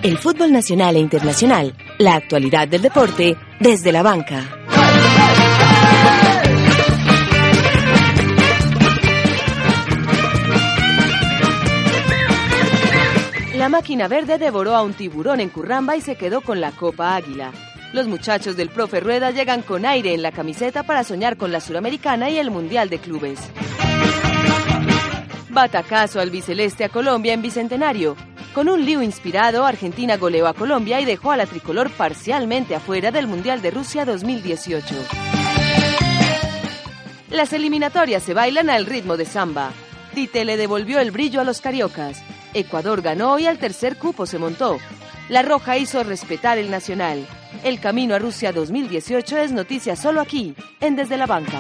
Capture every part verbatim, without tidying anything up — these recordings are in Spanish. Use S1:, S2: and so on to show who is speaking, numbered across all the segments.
S1: El fútbol nacional e internacional, la actualidad del deporte desde la banca. La máquina verde devoró a un tiburón en Curramba y se quedó con la Copa Águila. Los muchachos del profe Rueda llegan con aire en la camiseta para soñar con la Suramericana y el Mundial de Clubes. Batacazo albiceleste a Colombia en Bicentenario. Con un lío inspirado, Argentina goleó a Colombia y dejó a la tricolor parcialmente afuera del Mundial de Rusia dos mil dieciocho. Las eliminatorias se bailan al ritmo de samba. Tite le devolvió el brillo a los cariocas. Ecuador ganó y al tercer cupo se montó. La Roja hizo respetar el Nacional. El camino a Rusia dos mil dieciocho es noticia solo aquí, en Desde la Banca.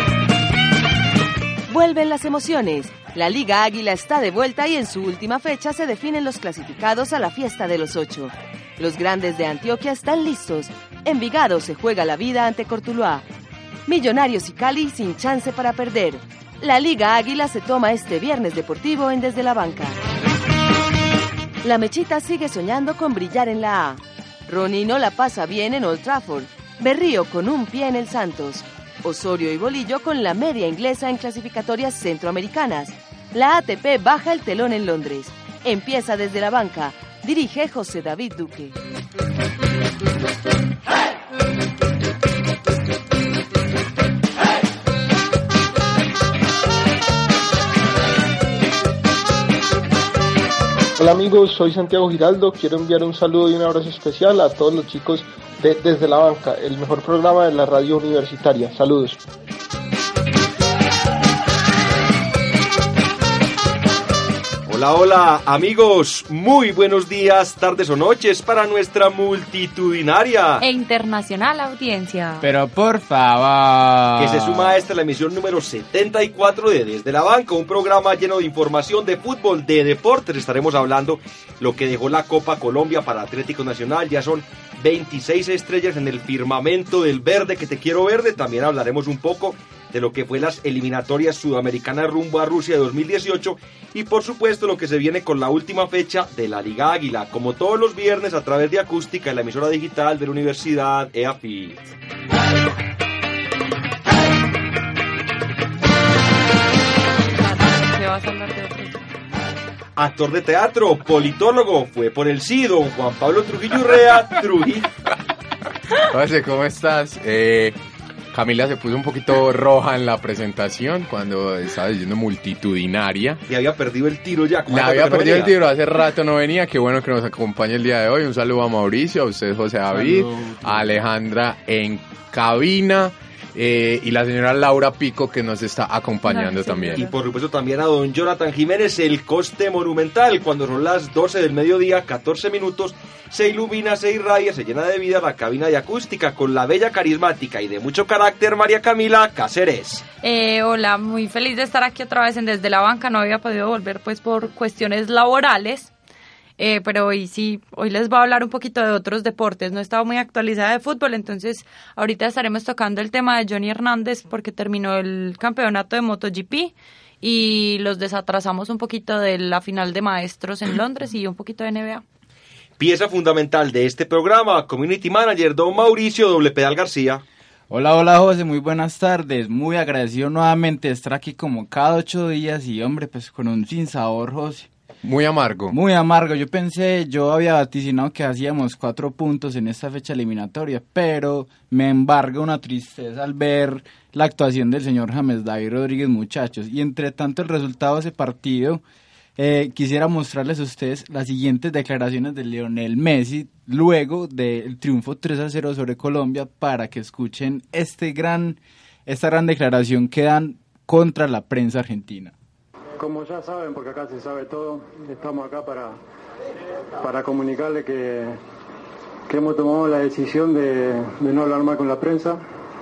S1: Vuelven las emociones. La Liga Águila está de vuelta y en su última fecha se definen los clasificados a la fiesta de los ocho. Los grandes de Antioquia están listos. Envigado se juega la vida ante Cortuluá. Millonarios y Cali sin chance para perder. La Liga Águila se toma este viernes deportivo en Desde la Banca. La Mechita sigue soñando con brillar en la A. Ronnie no la pasa bien en Old Trafford. Berrío con un pie en el Santos. Osorio y Bolillo con la media inglesa en clasificatorias centroamericanas. La A T P baja el telón en Londres. Empieza Desde la Banca. Dirige José David Duque.
S2: Hola amigos, soy Santiago Giraldo. Quiero enviar un saludo y un abrazo especial a todos los chicos de Desde la Banca, el mejor programa de la radio universitaria. Saludos.
S3: Hola, hola amigos, muy buenos días, tardes o noches para nuestra multitudinaria
S4: e internacional audiencia.
S5: Pero por favor,
S3: que se suma a esta la emisión número setenta y cuatro de Desde la Banca, un programa lleno de información de fútbol, de deportes. Estaremos hablando lo que dejó la Copa Colombia para Atlético Nacional. Ya son veintiséis estrellas en el firmamento del verde que te quiero verde. También hablaremos un poco de lo que fue las eliminatorias sudamericanas rumbo a Rusia de dos mil dieciocho y por supuesto lo que se viene con la última fecha de la Liga Águila, como todos los viernes a través de Acústica en la emisora digital de la Universidad E A F I T.
S4: ¿Qué vas a hablar de otro?
S3: Actor de teatro, politólogo, fue por el sí, don Juan Pablo Trujillo Urrea, Trujillo.
S5: José, ¿cómo estás? Eh... Camila se puso un poquito roja en la presentación cuando estaba diciendo multitudinaria.
S3: Y había perdido el tiro ya.
S5: Le había perdido el tiro, hace rato no venía. Qué bueno que nos acompañe el día de hoy. Un saludo a Mauricio, a usted José David, Salud. A Alejandra en cabina. Eh, y la señora Laura Pico que nos está acompañando no, también.
S3: Y por supuesto también a don Jonathan Jiménez. El coste monumental, cuando son las doce del mediodía, catorce minutos, se ilumina, se irradia, se llena de vida la cabina de Acústica con la bella, carismática y de mucho carácter María Camila Cáceres.
S4: Eh, hola, muy feliz de estar aquí otra vez en Desde la Banca. No había podido volver pues por cuestiones laborales. Eh, pero hoy sí, hoy les voy a hablar un poquito de otros deportes. No he estado muy actualizada de fútbol, entonces ahorita estaremos tocando el tema de Johnny Hernández porque terminó el campeonato de MotoGP y los desatrasamos un poquito de la final de maestros en Londres y un poquito de N B A.
S3: Pieza fundamental de este programa, Community Manager don Mauricio Doble Pedal García.
S6: Hola, hola José, muy buenas tardes, muy agradecido nuevamente de estar aquí como cada ocho días y hombre, pues con un sinsabor, José.
S5: Muy amargo.
S6: Muy amargo. Yo pensé, yo había vaticinado que hacíamos cuatro puntos en esta fecha eliminatoria, pero me embarga una tristeza al ver la actuación del señor James David Rodríguez, muchachos. Y entre tanto el resultado de ese partido, eh, quisiera mostrarles a ustedes las siguientes declaraciones de Lionel Messi luego del triunfo tres a cero sobre Colombia para que escuchen este gran, esta gran declaración que dan contra la prensa argentina.
S7: Como ya saben, porque acá se sabe todo, estamos acá para, para comunicarle que, que hemos tomado la decisión de, de no hablar más con la prensa.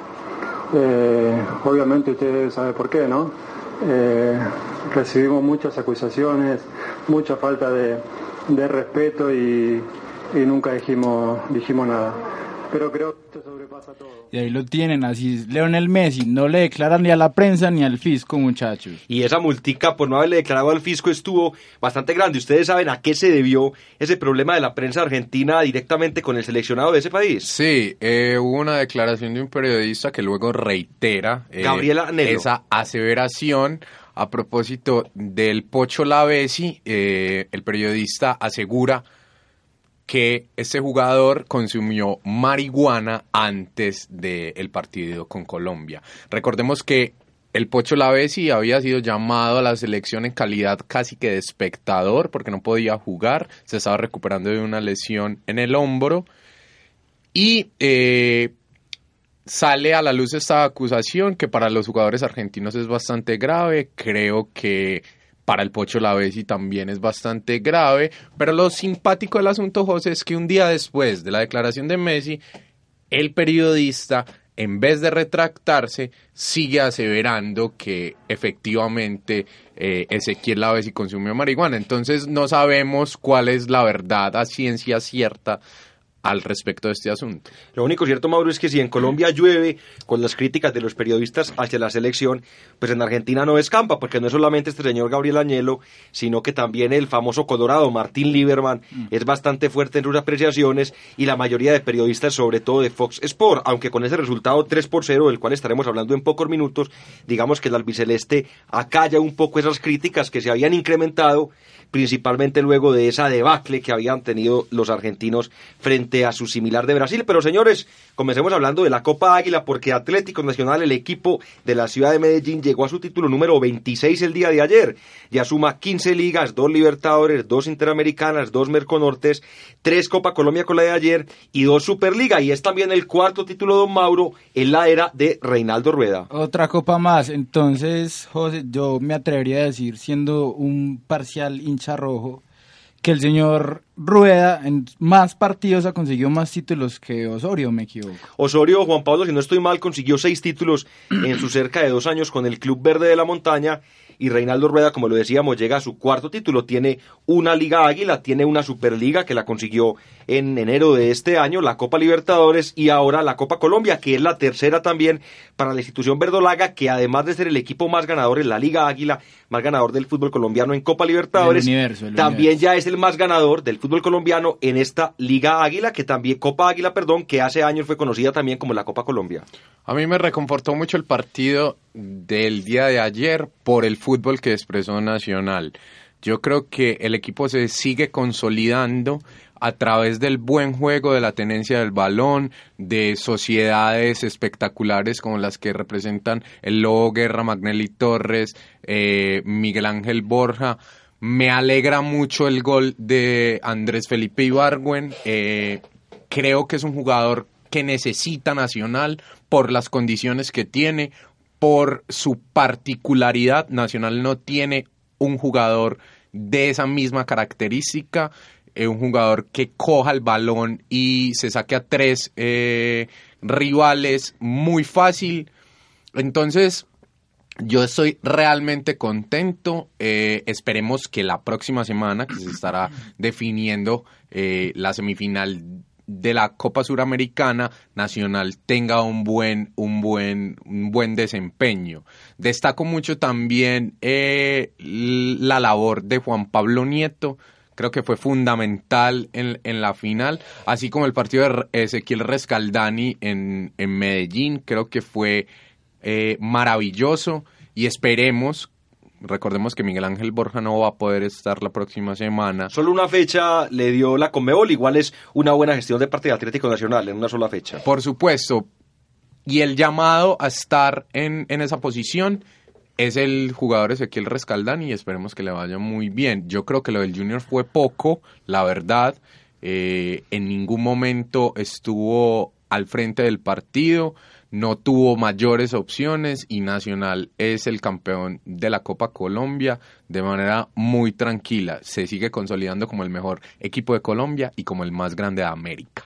S7: Eh, obviamente ustedes saben por qué, ¿no? Eh, recibimos muchas acusaciones, mucha falta de, de respeto y, y nunca dijimos, dijimos nada. pero creo que esto sobrepasa todo.
S6: Y ahí lo tienen, así es Lionel Messi, no le declaran ni a la prensa ni al fisco, muchachos.
S3: Y esa multica por no haberle declarado al fisco estuvo bastante grande. ¿Ustedes saben a qué se debió ese problema de la prensa argentina directamente con el seleccionado de ese país?
S5: Sí, eh, hubo una declaración de un periodista que luego reitera eh,
S3: Gabriel Anelo.
S5: esa aseveración a propósito del Pocho Lavezzi. Eh, el periodista asegura que este jugador consumió marihuana antes del partido con Colombia. Recordemos que el Pocho Lavezzi había sido llamado a la selección en calidad casi que de espectador porque no podía jugar, se estaba recuperando de una lesión en el hombro y eh, sale a la luz esta acusación que para los jugadores argentinos es bastante grave. Creo que para el Pocho Lavezzi también es bastante grave, pero lo simpático del asunto, José, es que un día después de la declaración de Messi, el periodista, en vez de retractarse, sigue aseverando que efectivamente eh, Ezequiel Lavezzi consumió marihuana. Entonces no sabemos cuál es la verdad a ciencia cierta al respecto de este asunto.
S3: Lo único cierto, Mauro, es que si en Colombia llueve con las críticas de los periodistas hacia la selección, pues en Argentina no escampa, porque no es solamente este señor Gabriel Añelo, sino que también el famoso colorado Martín Lieberman mm. es bastante fuerte en sus apreciaciones, y la mayoría de periodistas, sobre todo de Fox Sport, aunque con ese resultado tres por cero, del cual estaremos hablando en pocos minutos, digamos que el albiceleste acalla un poco esas críticas que se habían incrementado, principalmente luego de esa debacle que habían tenido los argentinos frente a su similar de Brasil. Pero señores, comencemos hablando de la Copa Águila, porque Atlético Nacional, el equipo de la ciudad de Medellín, llegó a su título número veintiséis el día de ayer. Ya suma quince ligas, dos Libertadores, dos Interamericanas, dos Merconortes, tres Copa Colombia con la de ayer y dos Superliga. Y es también el cuarto título, don Mauro, en la era de Reinaldo Rueda.
S6: Otra copa más. Entonces, José, yo me atrevería a decir, siendo un parcial hincha rojo, que el señor Rueda en más partidos ha conseguido más títulos que Osorio, me equivoco.
S3: Osorio, Juan Pablo, si no estoy mal, consiguió seis títulos en sus cerca de dos años con el Club Verde de la Montaña, y Reinaldo Rueda, como lo decíamos, llega a su cuarto título. Tiene una Liga Águila, tiene una Superliga que la consiguió en enero de este año, la Copa Libertadores y ahora la Copa Colombia, que es la tercera también para la institución verdolaga, que además de ser el equipo más ganador en la Liga Águila, más ganador del fútbol colombiano en Copa Libertadores,
S6: el universo, el
S3: también
S6: universo.
S3: Ya es el más ganador del fútbol colombiano en esta Liga Águila, que también, Copa Águila, perdón, que hace años fue conocida también como la Copa Colombia.
S5: A mí me reconfortó mucho el partido del día de ayer por el fútbol que expresó Nacional. Yo creo que el equipo se sigue consolidando a través del buen juego, de la tenencia del balón, de sociedades espectaculares como las que representan el Lobo Guerra, Magnelli Torres, eh, Miguel Ángel Borja. Me alegra mucho el gol de Andrés Felipe Ibargüen. Eh, creo que es un jugador que necesita Nacional por las condiciones que tiene, por su particularidad. Nacional no tiene un jugador de esa misma característica, eh, un jugador que coja el balón y se saque a tres eh, rivales muy fácil. Entonces, yo estoy realmente contento. Eh, esperemos que la próxima semana, que se estará definiendo eh, la semifinal de la Copa Suramericana, Nacional tenga un buen un buen un buen desempeño. Destaco mucho también eh, la labor de Juan Pablo Nieto. Creo que fue fundamental en, en la final, así como el partido de Ezequiel Rescaldani en, en Medellín. Creo que fue eh, maravilloso, y esperemos. Recordemos que Miguel Ángel Borja no va a poder estar la próxima semana.
S3: Solo una fecha le dio la Conmebol, igual es una buena gestión de parte de Atlético Nacional en una sola fecha.
S5: Por supuesto, y el llamado a estar en, en esa posición es el jugador Ezequiel Rescaldani, y esperemos que le vaya muy bien. Yo creo que lo del Junior fue poco, la verdad. Eh, en ningún momento estuvo al frente del partido, no tuvo mayores opciones, y Nacional es el campeón de la Copa Colombia de manera muy tranquila. Se sigue consolidando como el mejor equipo de Colombia y como el más grande de América.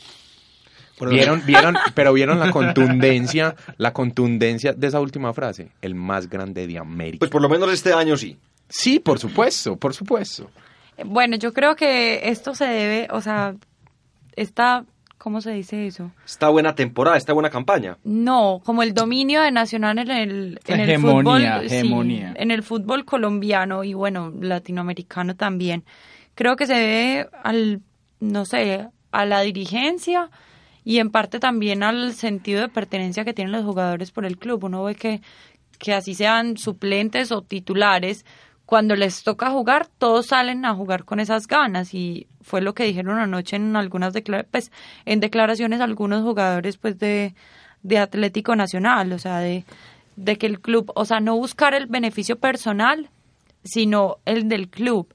S5: ¿Vieron, vieron, pero vieron la contundencia, la contundencia de esa última frase? El más grande de América.
S3: Pues por lo menos este año sí.
S5: Sí, por supuesto, por supuesto.
S4: Bueno, yo creo que esto se debe, o sea, esta ¿cómo se dice eso?
S3: Esta buena temporada, esta buena campaña.
S4: No, como el dominio de Nacional en el, en el
S6: hegemonía,
S4: fútbol,
S6: hegemonía.
S4: Sí, en el fútbol colombiano y bueno, latinoamericano también. Creo que se debe al, no sé, a la dirigencia y en parte también al sentido de pertenencia que tienen los jugadores por el club. Uno ve que, que así sean suplentes o titulares, cuando les toca jugar, todos salen a jugar con esas ganas y fue lo que dijeron anoche en algunas declara- pues, en declaraciones algunos jugadores pues de, de Atlético Nacional, o sea, de, de que el club, o sea, no buscar el beneficio personal, sino el del club.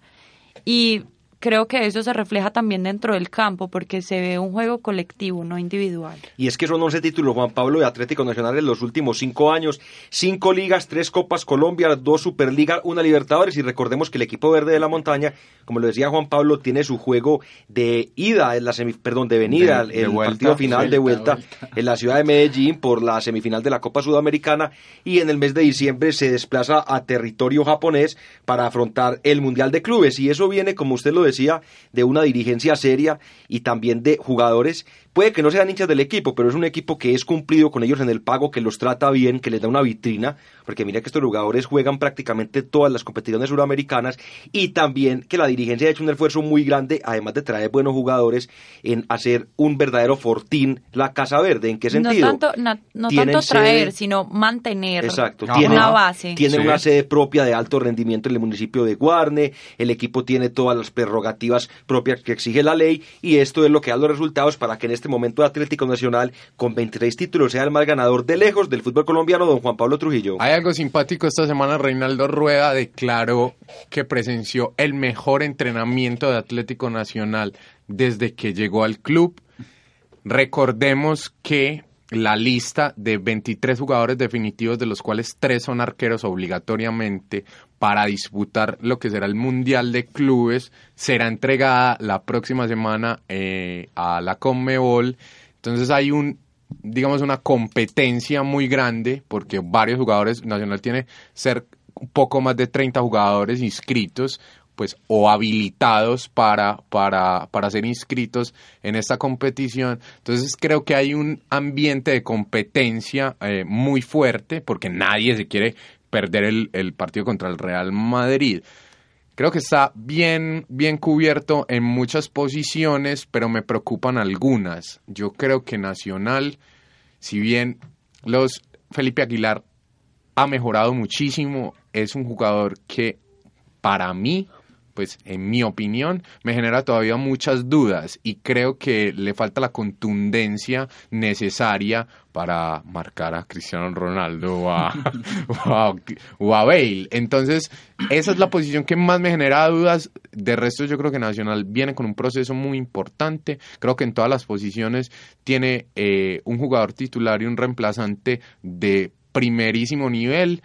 S4: Y creo que eso se refleja también dentro del campo porque se ve un juego colectivo, no individual.
S3: Y es que son once títulos, Juan Pablo, de Atlético Nacional en los últimos cinco años, cinco ligas, tres Copas Colombia, dos Superligas, una Libertadores, y recordemos que el equipo verde de la montaña, como lo decía Juan Pablo, tiene su juego de ida, en la semif- perdón, de venida,
S5: De- de
S3: el
S5: vuelta,
S3: partido final
S5: vuelta,
S3: de vuelta,
S6: vuelta.
S3: en la ciudad de Medellín por la semifinal de la Copa Sudamericana, y en el mes de diciembre se desplaza a territorio japonés para afrontar el Mundial de Clubes, y eso viene, como usted lo decía, de una dirigencia seria y también de jugadores. Puede que no sean hinchas del equipo, pero es un equipo que es cumplido con ellos en el pago, que los trata bien, que les da una vitrina, porque mira que estos jugadores juegan prácticamente todas las competiciones suramericanas, y también que la dirigencia ha hecho un esfuerzo muy grande, además de traer buenos jugadores, en hacer un verdadero fortín la Casa Verde. ¿En qué sentido?
S4: No tanto, na- no
S3: Tienen
S4: tanto traer,
S3: sede-
S4: sino mantener
S3: Exacto,
S4: una
S3: tienen,
S4: base.
S3: tienen
S5: Sí.
S3: una sede propia de alto rendimiento en el municipio de Guarne, el equipo tiene todas las prerrogativas propias que exige la ley, y esto es lo que da los resultados para que en este momento Atlético Nacional, con veintiséis títulos, sea el más ganador de lejos del fútbol colombiano, don Juan Pablo Trujillo.
S5: Hay algo simpático esta semana. Reinaldo Rueda declaró que presenció el mejor entrenamiento de Atlético Nacional desde que llegó al club. Recordemos que la lista de veintitrés jugadores definitivos, de los cuales tres son arqueros obligatoriamente para disputar lo que será el Mundial de Clubes, será entregada la próxima semana eh, a la Conmebol. Entonces hay un, digamos, una competencia muy grande, porque varios jugadores, Nacional tiene ser un poco más de treinta jugadores inscritos, pues, o habilitados para, para, para ser inscritos en esta competición. Entonces creo que hay un ambiente de competencia eh, muy fuerte, porque nadie se quiere perder el, el partido contra el Real Madrid. Creo que está bien, bien cubierto en muchas posiciones, pero me preocupan algunas. Yo creo que Nacional, si bien los Felipe Aguilar ha mejorado muchísimo, es un jugador que para mí, pues en mi opinión, me genera todavía muchas dudas y creo que le falta la contundencia necesaria para marcar a Cristiano Ronaldo o a, o a, o a Bale. Entonces, esa es la posición que más me genera dudas. De resto, yo creo que Nacional viene con un proceso muy importante. Creo que en todas las posiciones tiene eh, un jugador titular y un reemplazante de primerísimo nivel,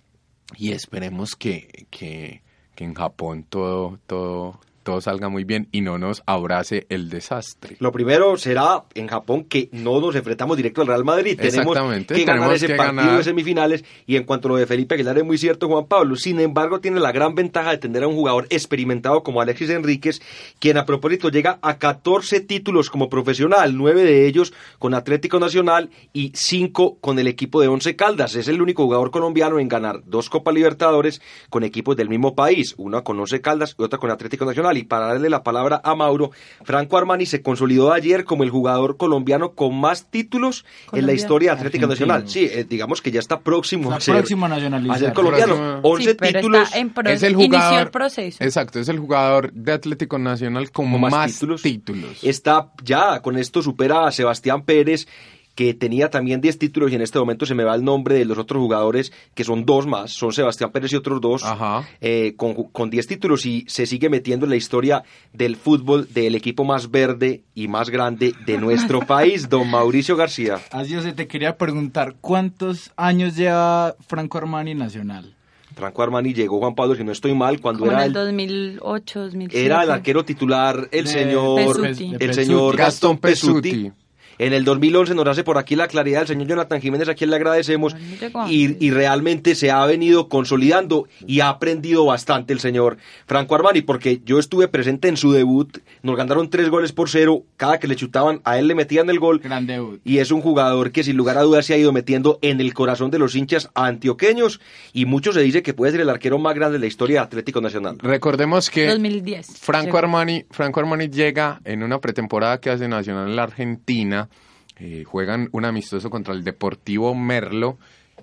S5: y esperemos que... que que en Japón todo, todo, todo salga muy bien y no nos abrace el desastre.
S3: Lo primero será en Japón que no nos enfrentamos directo al Real Madrid. Tenemos
S5: Exactamente,
S3: que ganar
S5: tenemos
S3: ese
S5: que
S3: partido
S5: ganar.
S3: de semifinales. Y en cuanto a lo de Felipe Aguilar, es muy cierto, Juan Pablo. Sin embargo, tiene la gran ventaja de tener a un jugador experimentado como Alexis Enríquez, quien a propósito llega a catorce títulos como profesional, nueve de ellos con Atlético Nacional y cinco con el equipo de Once Caldas. Es el único jugador colombiano en ganar dos Copas Libertadores con equipos del mismo país, una con Once Caldas y otra con Atlético Nacional. Y para darle la palabra a Mauro, Franco Armani se consolidó ayer como el jugador colombiano con más títulos en la
S4: Colombiano.
S3: historia de Atlético
S6: Argentino.
S3: Nacional. Sí, eh, digamos que ya está próximo
S6: Está
S3: a ser,
S6: próximo a
S3: a
S6: nacionalizar.
S3: ser colombiano.
S5: Próximo.
S3: once
S4: Sí, pero
S3: títulos.
S4: está en pro-
S5: Es el
S4: inició
S5: jugador,
S4: el proceso.
S5: Exacto, es el jugador de Atlético Nacional con,
S3: Con más
S5: más,
S3: títulos.
S5: títulos.
S3: Está ya, con esto supera a Sebastián Pérez, que tenía también diez títulos, y en este momento se me va el nombre de los otros jugadores, que son dos más, son Sebastián Pérez y otros dos,
S5: Ajá.
S3: eh, con, con diez títulos, y se sigue metiendo en la historia del fútbol del equipo más verde y más grande de nuestro país, don Mauricio García.
S6: Así, José, te quería preguntar, ¿cuántos años lleva Franco Armani Nacional?
S3: Franco Armani llegó, Juan Pablo, si no estoy mal, cuando
S4: Como en
S3: era
S4: el
S3: el,
S4: dos mil ocho, dos mil siete.
S3: era el arquero titular, el
S6: De-
S3: señor,
S4: Pesuti.
S3: el
S6: de
S3: señor
S6: Pesuti.
S3: Gastón
S5: Gastón
S3: Pesuti.
S5: Pesuti.
S3: En el dos mil once nos hace por aquí la claridad el señor Jonathan Jiménez, a quien le agradecemos, y, y realmente se ha venido consolidando y ha aprendido bastante el señor Franco Armani, porque yo estuve presente en su debut, nos ganaron tres goles por cero, cada que le chutaban a él le metían el gol,
S6: Gran debut.
S3: Y es un jugador que sin lugar a dudas se ha ido metiendo en el corazón de los hinchas antioqueños, y mucho se dice que puede ser el arquero más grande de la historia de Atlético Nacional.
S5: Recordemos que
S4: dos mil diez
S5: Franco
S4: llegó.
S5: Armani, Franco Armani llega en una pretemporada que hace Nacional en la Argentina, eh, juegan un amistoso contra el Deportivo Merlo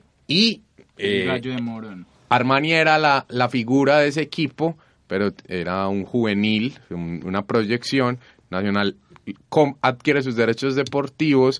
S5: y eh,
S6: El Gallo de Morón.
S5: Armani era la, la figura de ese equipo, pero era un juvenil, un, una proyección. Nacional com, adquiere sus derechos deportivos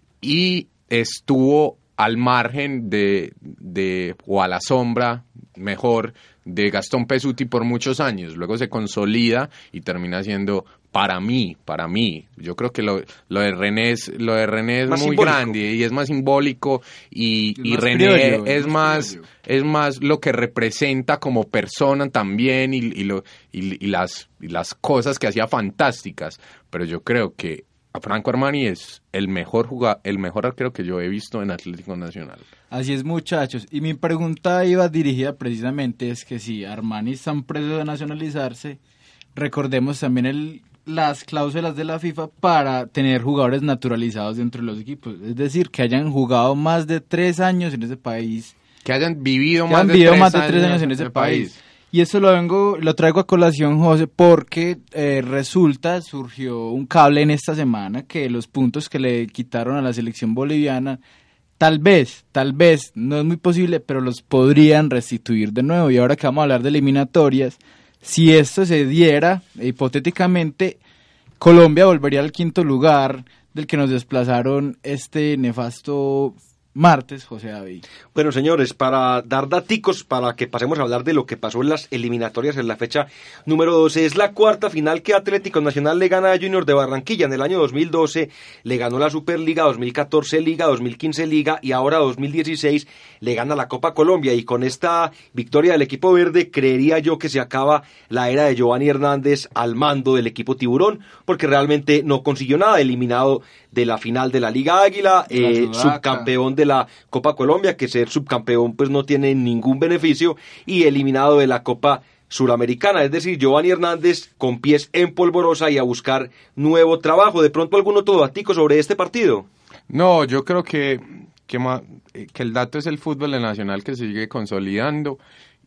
S5: y estuvo al margen de, de o a la sombra, mejor, de Gastón Pesuti por muchos años. Luego se consolida y termina siendo, para mí, para mí, yo creo que lo, lo de René es, lo de René es
S3: Más
S5: muy
S3: simbólico.
S5: grande y es más simbólico y,
S6: Es
S5: y
S6: más
S5: René
S6: criollo,
S5: es
S6: es más
S5: más,
S6: criollo.
S5: es más lo que representa como persona también y, y, lo, y, y, las, y las cosas que hacía fantásticas. Pero yo creo que Franco Armani es el mejor jugador, el mejor arquero que yo he visto en Atlético Nacional.
S6: Así es, muchachos. Y mi pregunta iba dirigida precisamente es que si Armani está preso de nacionalizarse, recordemos también el, las cláusulas de la FIFA para tener jugadores naturalizados dentro de los equipos. Es decir, que hayan jugado más de tres años en ese país.
S5: Que hayan vivido,
S6: Que
S5: más,
S6: han
S5: de
S6: vivido
S5: tres
S6: más de tres años en ese país. Y eso lo vengo, lo traigo a colación, José, porque eh, resulta, surgió un cable en esta semana que los puntos que le quitaron a la selección boliviana, tal vez, tal vez, no es muy posible, pero los podrían restituir de nuevo. Y ahora que vamos a hablar de eliminatorias, si esto se diera, hipotéticamente, Colombia volvería al quinto lugar del que nos desplazaron este nefasto martes, José David.
S3: Bueno, señores, para dar daticos, para que pasemos a hablar de lo que pasó en las eliminatorias en la fecha número doce, es la cuarta final que Atlético Nacional le gana a Junior de Barranquilla. En el año dos mil doce le ganó la Superliga, dos mil catorce Liga, dos mil quince Liga y ahora dos mil dieciséis le gana la Copa Colombia. Y con esta victoria del equipo verde, creería yo que se acaba la era de Giovanni Hernández al mando del equipo Tiburón, porque realmente no consiguió nada, eliminado de la final de la Liga Águila, eh, subcampeón de la Copa Colombia, que ser subcampeón pues no tiene ningún beneficio, y eliminado de la Copa Suramericana. Es decir, Giovanni Hernández con pies en polvorosa y a buscar nuevo trabajo. ¿De pronto algún otro datico sobre este partido?
S5: No, yo creo que, que, ma, que el dato es el fútbol nacional que se sigue consolidando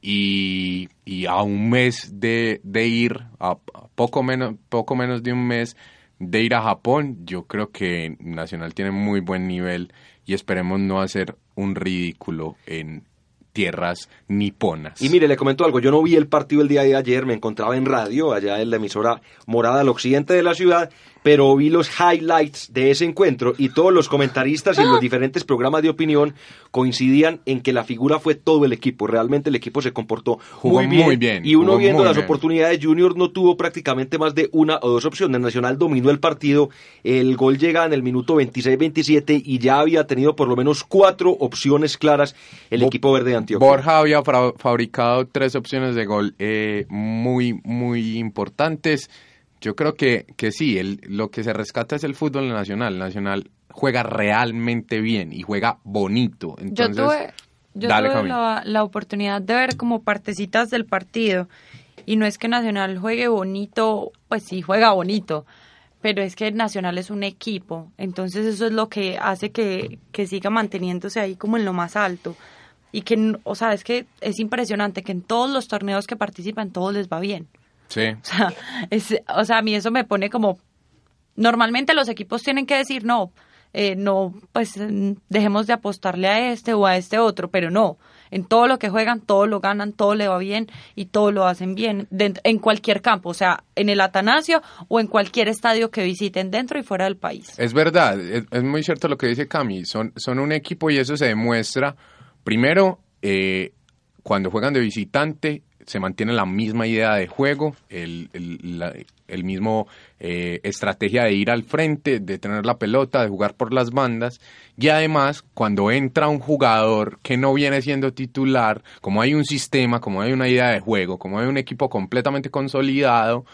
S5: y, y a un mes de, de ir, a, a poco menos, poco menos de un mes de ir a Japón, yo creo que Nacional tiene muy buen nivel y esperemos no hacer un ridículo en tierras niponas.
S3: Y mire, le comento algo, yo no vi el partido el día de ayer, me encontraba en radio, allá en la emisora morada al occidente de la ciudad, pero vi los highlights de ese encuentro y todos los comentaristas y los diferentes programas de opinión coincidían en que la figura fue todo el equipo. Realmente el equipo se comportó
S5: Jugó
S3: muy bien,
S5: muy bien,
S3: y uno
S5: jugó
S3: viendo
S5: muy
S3: las
S5: bien.
S3: oportunidades, Junior no tuvo prácticamente más de una o dos opciones. Nacional dominó el partido, el gol llega en el minuto veintiséis veintisiete y ya había tenido por lo menos cuatro opciones claras el
S5: Bo-
S3: equipo verde de Antioquia.
S5: Borja había fra- fabricado tres opciones de gol eh, muy, muy importantes. Yo creo que, que sí, el, lo que se rescata es el fútbol nacional. El Nacional juega realmente bien y juega bonito. Entonces,
S4: yo tuve, yo
S5: dale,
S4: tuve
S5: Camila.
S4: la, la oportunidad de ver como partecitas del partido y no es que Nacional juegue bonito, pues sí, juega bonito, pero es que Nacional es un equipo, entonces eso es lo que hace que, que siga manteniéndose ahí como en lo más alto y que, o sea, es que es impresionante que en todos los torneos que participan todos les va bien.
S5: Sí.
S4: O sea, es, o sea, a mí eso me pone como... Normalmente los equipos tienen que decir, no, eh, no, pues mm, dejemos de apostarle a este o a este otro, pero no. En todo lo que juegan, todo lo ganan, todo le va bien y todo lo hacen bien dentro, en cualquier campo, o sea, en el Atanasio o en cualquier estadio que visiten dentro y fuera del país.
S5: Es verdad, es, es muy cierto lo que dice Cami. Son, son un equipo y eso se demuestra, primero, eh, cuando juegan de visitante, se mantiene la misma idea de juego, el, el, la, el mismo eh, estrategia de ir al frente, de tener la pelota, de jugar por las bandas, y además cuando entra un jugador que no viene siendo titular, como hay un sistema, como hay una idea de juego, como hay un equipo completamente consolidado,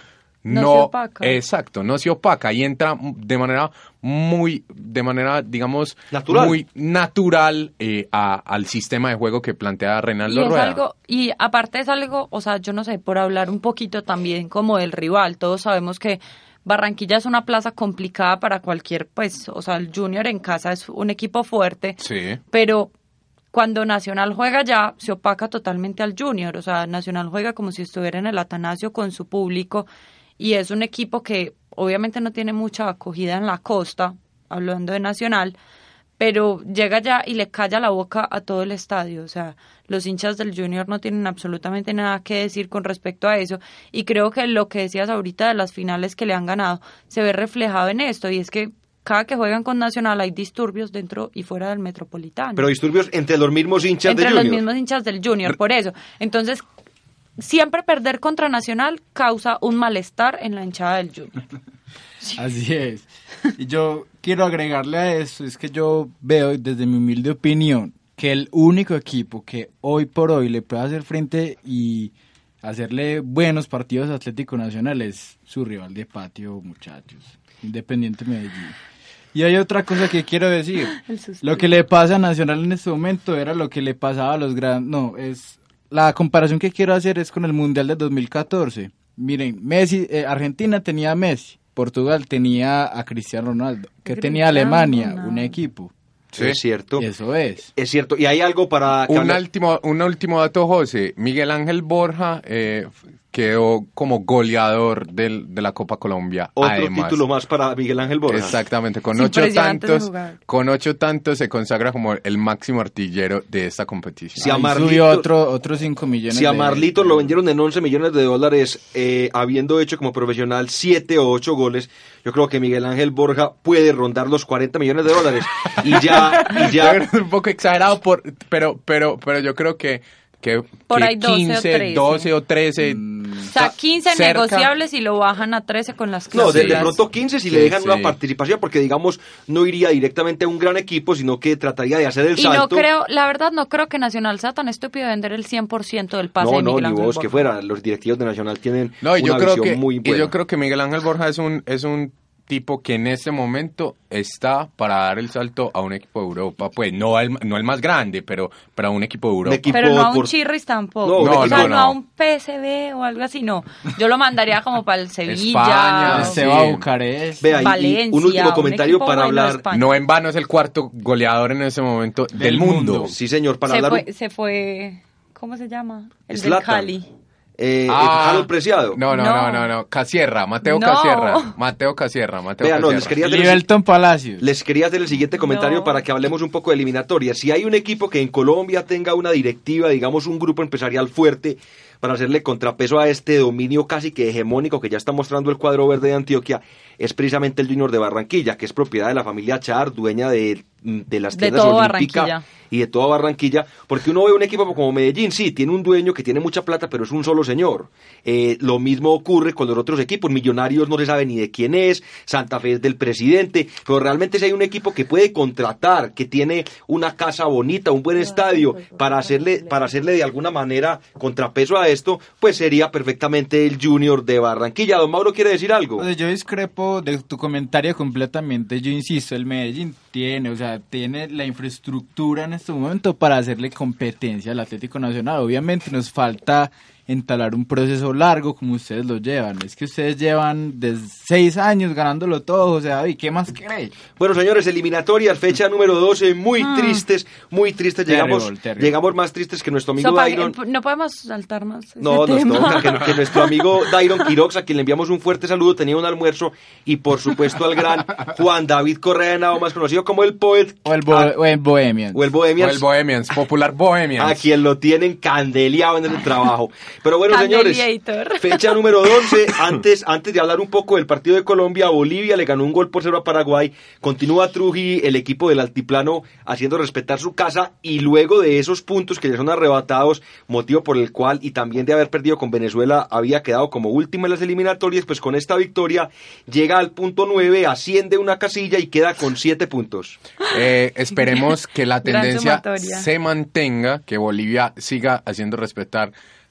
S4: No
S5: no,
S4: se opaca.
S5: Exacto, no se opaca y entra de manera muy, de manera, digamos,
S3: natural.
S5: muy natural eh, a, al sistema de juego que plantea Reinaldo
S4: y es
S5: Rueda.
S4: algo, y aparte es algo, o sea, yo no sé, por hablar un poquito también como del rival, todos sabemos que Barranquilla es una plaza complicada para cualquier, pues, o sea, el Junior en casa es un equipo fuerte,
S5: Sí.
S4: pero cuando Nacional juega ya, se opaca totalmente al Junior, o sea, Nacional juega como si estuviera en el Atanasio con su público, y es un equipo que obviamente no tiene mucha acogida en la costa, hablando de Nacional, pero llega ya y le calla la boca a todo el estadio, o sea, los hinchas del Junior no tienen absolutamente nada que decir con respecto a eso, y creo que lo que decías ahorita de las finales que le han ganado se ve reflejado en esto, y es que cada que juegan con Nacional hay disturbios dentro y fuera del Metropolitano.
S3: Pero disturbios entre los mismos hinchas
S4: entre
S3: de
S4: los
S3: Junior.
S4: mismos hinchas del Junior, por eso. Entonces, siempre perder contra Nacional causa un malestar en la hinchada del Junior.
S6: Así es. Y yo quiero agregarle a eso, es que yo veo desde mi humilde opinión que el único equipo que hoy por hoy le puede hacer frente y hacerle buenos partidos a Atlético Nacional es su rival de patio, muchachos, Independiente Medellín. Y hay otra cosa que quiero decir, lo que le pasa a Nacional en este momento era lo que le pasaba a los grandes, no, es la comparación que quiero hacer es con el Mundial del dos mil catorce. Miren, Messi, eh, Argentina tenía a Messi, Portugal tenía a Cristiano Ronaldo, que
S4: Cristiano
S6: tenía Alemania,
S4: Ronaldo.
S6: un equipo.
S3: Sí, es cierto.
S6: Eso es.
S3: Es cierto. Y hay algo para...
S5: Un último, un último dato, José. Miguel Ángel Borja eh, quedó como goleador del, de la Copa Colombia.
S3: Otro
S5: además.
S3: título más para Miguel Ángel Borja.
S5: Exactamente, con
S4: Es
S5: ocho
S4: impresionante ese
S5: tantos,
S4: jugador.
S5: con ocho tantos se consagra como el máximo artillero de esta competición.
S3: Si a
S6: Ahí
S3: Marlito-
S6: subió otro, otros cinco millones.
S3: Si a
S6: de-
S3: Marlito lo vendieron en once millones de dólares, eh, habiendo hecho como profesional siete o ocho goles, yo creo que Miguel Ángel Borja puede rondar los cuarenta millones de dólares. Y ya, y
S5: Yo
S3: ya...
S5: creo que es un poco exagerado, por, pero, pero, pero yo creo que, que,
S4: Por
S5: que
S4: ahí doce o
S5: quince,
S4: trece.
S5: doce o trece.
S4: O sea, quince
S5: cerca.
S4: negociables y lo bajan a trece con las
S3: No, de, de
S4: cláusulas.
S3: pronto quince si
S5: Sí,
S3: le dejan
S5: sí.
S3: una participación, porque digamos, no iría directamente a un gran equipo, sino que trataría de hacer el
S4: Y no
S3: salto.
S4: creo, la verdad no creo que Nacional sea tan estúpido de vender el cien por ciento del pase
S3: No,
S4: de
S3: no,
S4: Miguel
S3: ni
S4: Ángel
S3: vos
S4: Borja.
S3: que fuera. Los directivos de Nacional tienen
S5: No, y
S3: una
S5: yo creo
S3: visión
S5: que
S3: muy
S5: y
S3: buena.
S5: yo creo que Miguel Ángel Borja es un es un tipo que en este momento está para dar el salto a un equipo de Europa, pues no el, no el más grande, pero para un equipo de Europa.
S3: equipo
S4: Pero no a un
S3: por-
S4: Chirris tampoco.
S3: No,
S5: no,
S4: o sea,
S5: no,
S4: no,
S5: no.
S4: a un P S V o algo así, no. Yo lo mandaría como para el Sevilla.
S5: España,
S4: o-
S6: Se
S5: sí.
S6: va a Bucarest.
S3: Vea, y- y
S4: Valencia,
S3: un último
S4: un
S3: comentario
S4: equipo
S3: para
S4: bueno de
S3: hablar.
S4: España.
S5: No en vano es el cuarto goleador en ese momento del,
S6: Del
S5: mundo.
S6: mundo.
S3: Sí, señor, para
S4: se,
S3: hablar.
S4: fue, se fue, ¿cómo se llama? El del
S3: Zlatan.
S4: Cali.
S3: Eh,
S5: Ah,
S3: Harold Preciado.
S5: No, no,
S4: No.
S5: no, no, no. Casierra, Mateo
S4: No.
S5: Casierra. Mateo Casierra, Mateo
S3: Vea, no,
S5: Casierra.
S3: les quería hacer el-
S6: Livelton Palacios.
S3: Les quería hacer el siguiente comentario
S4: No.
S3: para que hablemos un poco de eliminatoria. Si hay un equipo que en Colombia tenga una directiva, digamos un grupo empresarial fuerte para hacerle contrapeso a este dominio casi que hegemónico que ya está mostrando el cuadro verde de Antioquia, es precisamente el Junior de Barranquilla, que es propiedad de la familia Char, dueña de, de las
S4: De
S3: tiendas
S4: todo
S3: Olímpica
S4: Barranquilla.
S3: y de toda Barranquilla, porque uno ve un equipo como Medellín, sí, tiene un dueño que tiene mucha plata, pero es un solo señor. Eh, lo mismo ocurre con los otros equipos. Millonarios no se sabe ni de quién es, Santa Fe es del presidente, pero realmente si hay un equipo que puede contratar, que tiene una casa bonita, un buen estadio, para hacerle, para hacerle de alguna manera contrapeso a esto, pues sería perfectamente el Junior de Barranquilla. Don Mauro quiere decir algo.
S6: O sea, yo discrepo de tu comentario completamente. Yo insisto, el Medellín tiene, o sea, tiene la infraestructura en este momento para hacerle competencia al Atlético Nacional. Obviamente nos falta entalar un proceso largo como ustedes lo llevan. Es que ustedes llevan de seis años ganándolo todo, o sea, ¿y qué más queréis?
S3: Bueno, señores, eliminatorias, fecha número doce, muy
S4: Ah.
S3: tristes, muy tristes.
S6: Terrible,
S3: Llegamos,
S6: terrible.
S3: llegamos más tristes que nuestro amigo
S4: Sopa,
S3: Dairon.
S4: eh, no podemos saltarnos ese
S3: No, nos
S4: tema.
S3: toca que, que nuestro amigo Dairon Quirox, a quien le enviamos un fuerte saludo, tenía un almuerzo, y por supuesto al gran Juan David Correa de Nao, más conocido como el Poet,
S6: O el, bo
S3: a-
S6: o el Bohemian.
S3: o el
S5: O
S3: Bohemians,
S5: el Bohemians, popular Bohemians.
S3: a quien lo tienen candeleado en el trabajo. Pero bueno, señores,
S4: Candeliator.
S3: fecha número once, antes, antes de hablar un poco del partido de Colombia, Bolivia le ganó un gol por cero a Paraguay, continúa Trujillo, el equipo del altiplano, haciendo respetar su casa, y luego de esos puntos que le son arrebatados, motivo por el cual, y también de haber perdido con Venezuela, había quedado como última en las eliminatorias, pues con esta victoria llega al punto nueve, asciende una casilla y queda con siete puntos.
S5: Eh, esperemos que la
S4: Gran
S5: tendencia
S4: sumatoria.
S5: se mantenga, que Bolivia siga haciendo respetar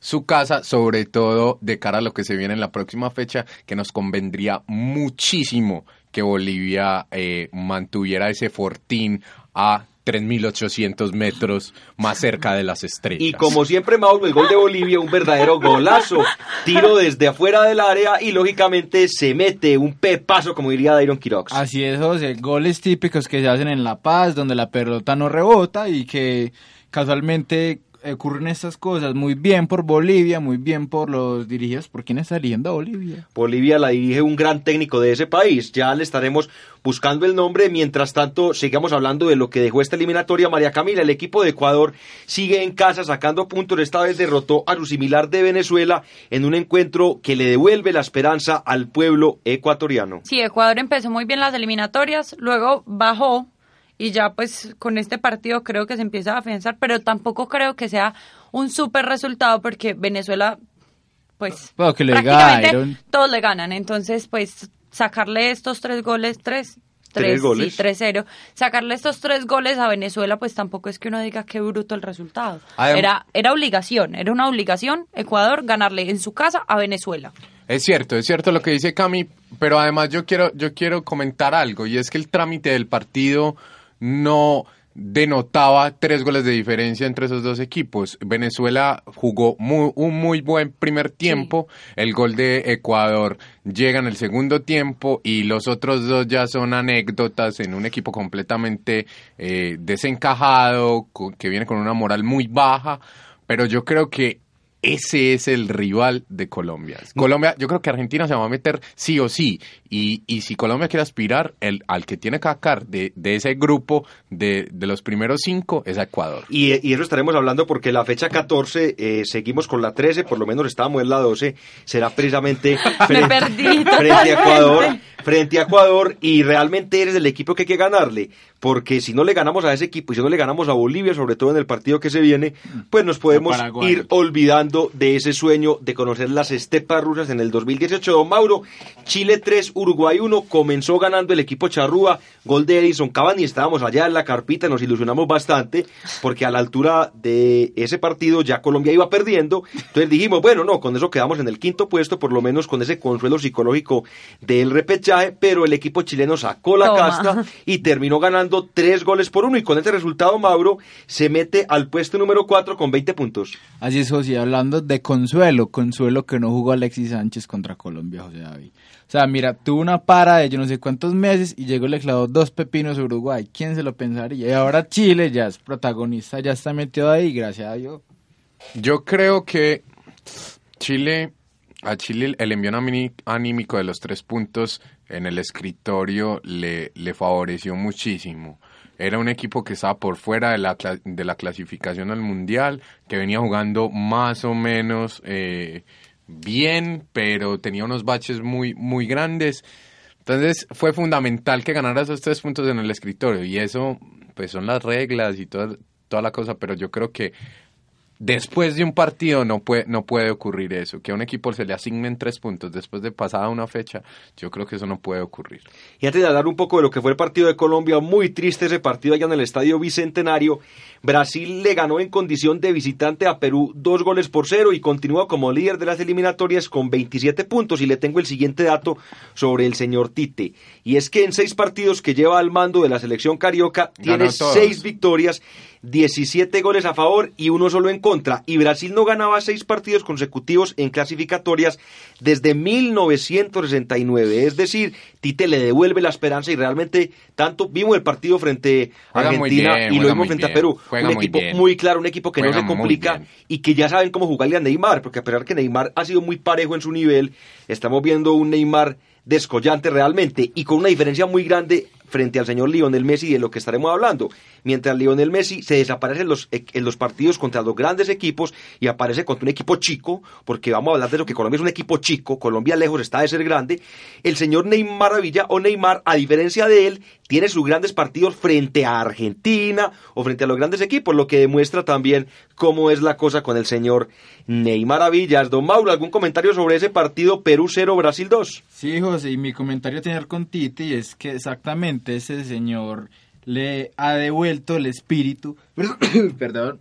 S5: su casa, sobre todo de cara a lo que se viene en la próxima fecha, que nos convendría muchísimo que Bolivia eh, mantuviera ese fortín a tres mil ochocientos metros más cerca de las estrellas.
S3: Y como siempre, Mauro, el gol de Bolivia, un verdadero golazo. Tiro desde afuera del área y lógicamente se mete un pepazo, como diría Dairon Quirox.
S6: Así es, José. Goles típicos que se hacen en La Paz, donde la pelota no rebota y que casualmente ocurren estas cosas. Muy bien por Bolivia, muy bien por los dirigidos. ¿Por quién está dirigiendo a Bolivia?
S3: Bolivia la dirige un gran técnico de ese país. Ya le estaremos buscando el nombre. Mientras tanto, sigamos hablando de lo que dejó esta eliminatoria. María Camila, el equipo de Ecuador sigue en casa sacando puntos. Esta vez derrotó a su similar de Venezuela en un encuentro que le devuelve la esperanza al pueblo ecuatoriano.
S4: Sí, Ecuador empezó muy bien las eliminatorias, luego bajó. Y ya pues con este partido creo que se empieza a afianzar, pero tampoco creo que sea un súper resultado porque Venezuela, pues
S6: bueno, que le
S4: prácticamente
S6: ganaron.
S4: Todos le ganan. Entonces pues sacarle estos tres goles, tres,
S3: tres,
S4: tres
S3: goles.
S4: Sí, tres cero, sacarle estos tres goles a Venezuela pues tampoco es que uno diga qué bruto el resultado.
S5: Adem-
S4: Era, era obligación, era una obligación Ecuador ganarle en su casa a Venezuela.
S5: Es cierto, es cierto lo que dice Cami, pero además yo quiero, yo quiero comentar algo, y es que el trámite del partido no denotaba tres goles de diferencia entre esos dos equipos. Venezuela jugó muy, un muy buen primer tiempo, sí. El gol de Ecuador llega en el segundo tiempo y los otros dos ya son anécdotas en un equipo completamente eh, desencajado, con, que viene con una moral muy baja, pero yo creo que ese es el rival de Colombia. Colombia, yo creo que Argentina se va a meter sí o sí. Y, y si Colombia quiere aspirar, el, al que tiene que sacar de, de ese grupo de, de los primeros cinco es a Ecuador.
S3: Y, y eso estaremos hablando porque la fecha catorce, eh, seguimos con la trece, por lo menos estábamos en la doce, será precisamente frente,
S4: perdí,
S3: frente a Ecuador. Frente a Ecuador, y realmente eres el equipo que hay que ganarle, porque si no le ganamos a ese equipo y si no le ganamos a Bolivia, sobre todo en el partido que se viene, pues nos podemos ir olvidando de ese sueño de conocer las estepas rusas en el dos mil dieciocho. Don Mauro, Chile tres, Uruguay uno, comenzó ganando el equipo charrúa, gol de Edison Cavani, estábamos allá en la carpita, nos ilusionamos bastante, porque a la altura de ese partido ya Colombia iba perdiendo, entonces dijimos, bueno, no, con eso quedamos en el quinto puesto, por lo menos con ese consuelo psicológico del repechaje, pero el equipo chileno sacó la
S4: Toma.
S3: casta y terminó ganando tres goles por uno, y con este resultado, Mauro se mete al puesto número cuatro con veinte puntos.
S6: Así es, José, hablando de consuelo, consuelo que no jugó Alexis Sánchez contra Colombia, José David. O sea, mira, tuvo una para de yo no sé cuántos meses y llegó y le clavó dos pepinos a Uruguay. ¿Quién se lo pensaría? Y ahora Chile ya es protagonista, ya está metido ahí, gracias a Dios.
S5: Yo creo que Chile, a Chile el envío anímico de los tres puntos en el escritorio le, le favoreció muchísimo. Era un equipo que estaba por fuera de la, de la clasificación al Mundial, que venía jugando más o menos eh, bien, pero tenía unos baches muy, muy grandes. Entonces fue fundamental que ganara esos tres puntos en el escritorio, y eso pues son las reglas y toda, toda la cosa, pero yo creo que después de un partido no puede, no puede ocurrir eso, que a un equipo se le asignen tres puntos después de pasada una fecha. Yo creo que eso no puede ocurrir.
S3: Y antes de hablar un poco de lo que fue el partido de Colombia, muy triste ese partido allá en el Estadio Bicentenario. Brasil le ganó en condición de visitante a Perú dos goles por cero y continúa como líder de las eliminatorias con veintisiete puntos. Y le tengo el siguiente dato sobre el señor Tite, y es que en seis partidos que lleva al mando de la selección carioca tiene seis victorias, diecisiete goles a favor y uno solo en contra, y Brasil no ganaba seis partidos consecutivos en clasificatorias desde mil novecientos sesenta y nueve, es decir, Tite le devuelve la esperanza, y realmente tanto vimos el partido frente a
S5: Juega
S3: Argentina
S5: bien,
S3: y lo vimos frente
S5: bien,
S3: a Perú,
S5: juega
S3: un
S5: muy
S3: equipo
S5: bien.
S3: muy claro, un equipo que
S5: Juega
S3: no se complica y que ya saben cómo jugarle a Neymar, porque a pesar que Neymar ha sido muy parejo en su nivel, estamos viendo un Neymar descollante realmente, y con una diferencia muy grande frente al señor Lionel Messi, de lo que estaremos hablando. Mientras Lionel Messi se desaparece en los, en los partidos contra los grandes equipos y aparece contra un equipo chico, porque vamos a hablar de lo que Colombia es un equipo chico, Colombia lejos está de ser grande, el señor Neymar Maravilla o Neymar, a diferencia de él, tiene sus grandes partidos frente a Argentina o frente a los grandes equipos, lo que demuestra también cómo es la cosa con el señor Neymar Maravillas. Don Mauro, ¿algún comentario sobre ese partido Perú cero, Brasil dos?
S6: Sí, José, y mi comentario a tener con Tite, y es que exactamente ese señor le ha devuelto el espíritu, perdón,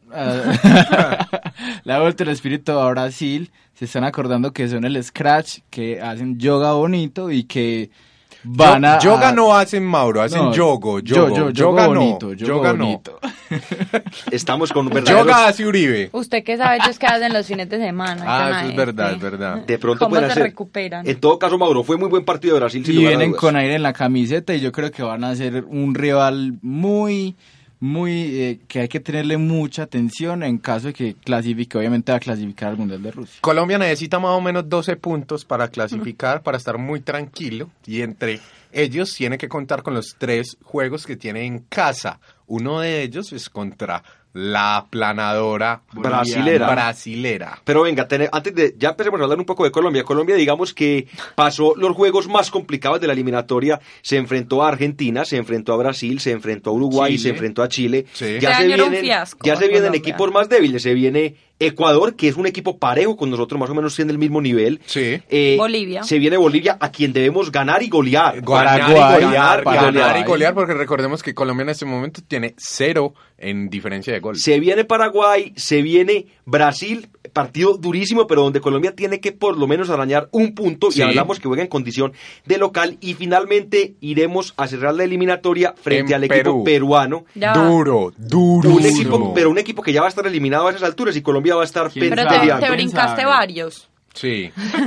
S6: le ha devuelto el espíritu a Brasil. Se están acordando que son el Scratch, que hacen yoga bonito y que van a...
S5: Yoga no hacen, Mauro, hacen
S6: no,
S5: yogo,
S6: yo,
S5: yogo,
S6: yo,
S5: yoga
S6: yoga
S5: no,
S6: bonito, yoga
S5: yoga
S6: bonito.
S5: no.
S3: Estamos con verdaderos...
S5: Yoga hace Uribe.
S4: Usted que sabe ellos que hacen los fines de semana.
S5: Ah,
S4: Oigan a
S5: eso es
S4: este.
S5: verdad, es verdad.
S3: De pronto
S4: ¿Cómo
S3: pueden
S4: se
S3: hacer.
S4: recuperan?
S3: En todo caso, Mauro, fue muy buen partido de Brasil. sin
S6: Y
S3: lugar a
S6: vienen
S3: dudas.
S6: con aire en la camiseta y yo creo que van a ser un rival muy, muy, eh, que hay que tenerle mucha atención en caso de que clasifique, obviamente va a clasificar al Mundial de Rusia.
S5: Colombia necesita más o menos doce puntos para clasificar, para estar muy tranquilo, y entre ellos tiene que contar con los tres juegos que tiene en casa. Uno de ellos es contra la aplanadora
S3: Brasilera.
S5: brasilera.
S3: Pero venga, tener, antes de, ya empecemos a hablar un poco de Colombia. Colombia, digamos que pasó los juegos más complicados de la eliminatoria. Se enfrentó a Argentina, se enfrentó a Brasil, se enfrentó a Uruguay,
S5: Chile.
S3: se enfrentó a Chile.
S5: Sí.
S3: Ya,
S4: Este
S3: se
S4: año era un
S3: vienen,
S4: fiasco
S3: ya se
S4: en
S3: vienen
S4: Colombia.
S3: equipos más débiles. Se viene Ecuador, que es un equipo parejo con nosotros, más o menos en el mismo nivel.
S5: Sí.
S3: Eh,
S4: Bolivia.
S3: Se viene Bolivia, a quien debemos ganar y golear.
S5: Ganar y
S6: Paraguay,
S5: golear, y
S6: Paraguay.
S5: ganar y golear, porque recordemos que Colombia en este momento tiene cero en diferencia de gol.
S3: Se viene Paraguay, se viene Brasil, partido durísimo, pero donde Colombia tiene que por lo menos arañar un punto,
S5: Sí.
S3: y hablamos que juega en condición de local, y finalmente iremos a cerrar la eliminatoria frente
S5: En
S3: al equipo
S5: Perú.
S3: peruano.
S4: Ya va.
S5: Duro, duro.
S3: Un equipo, pero un equipo que ya va a estar eliminado a esas alturas y Colombia va a estar
S6: ¿Quién
S4: Pero
S6: sabe?
S4: te,
S3: peleando.
S4: te brincaste
S6: sabe?
S4: varios.
S5: Sí.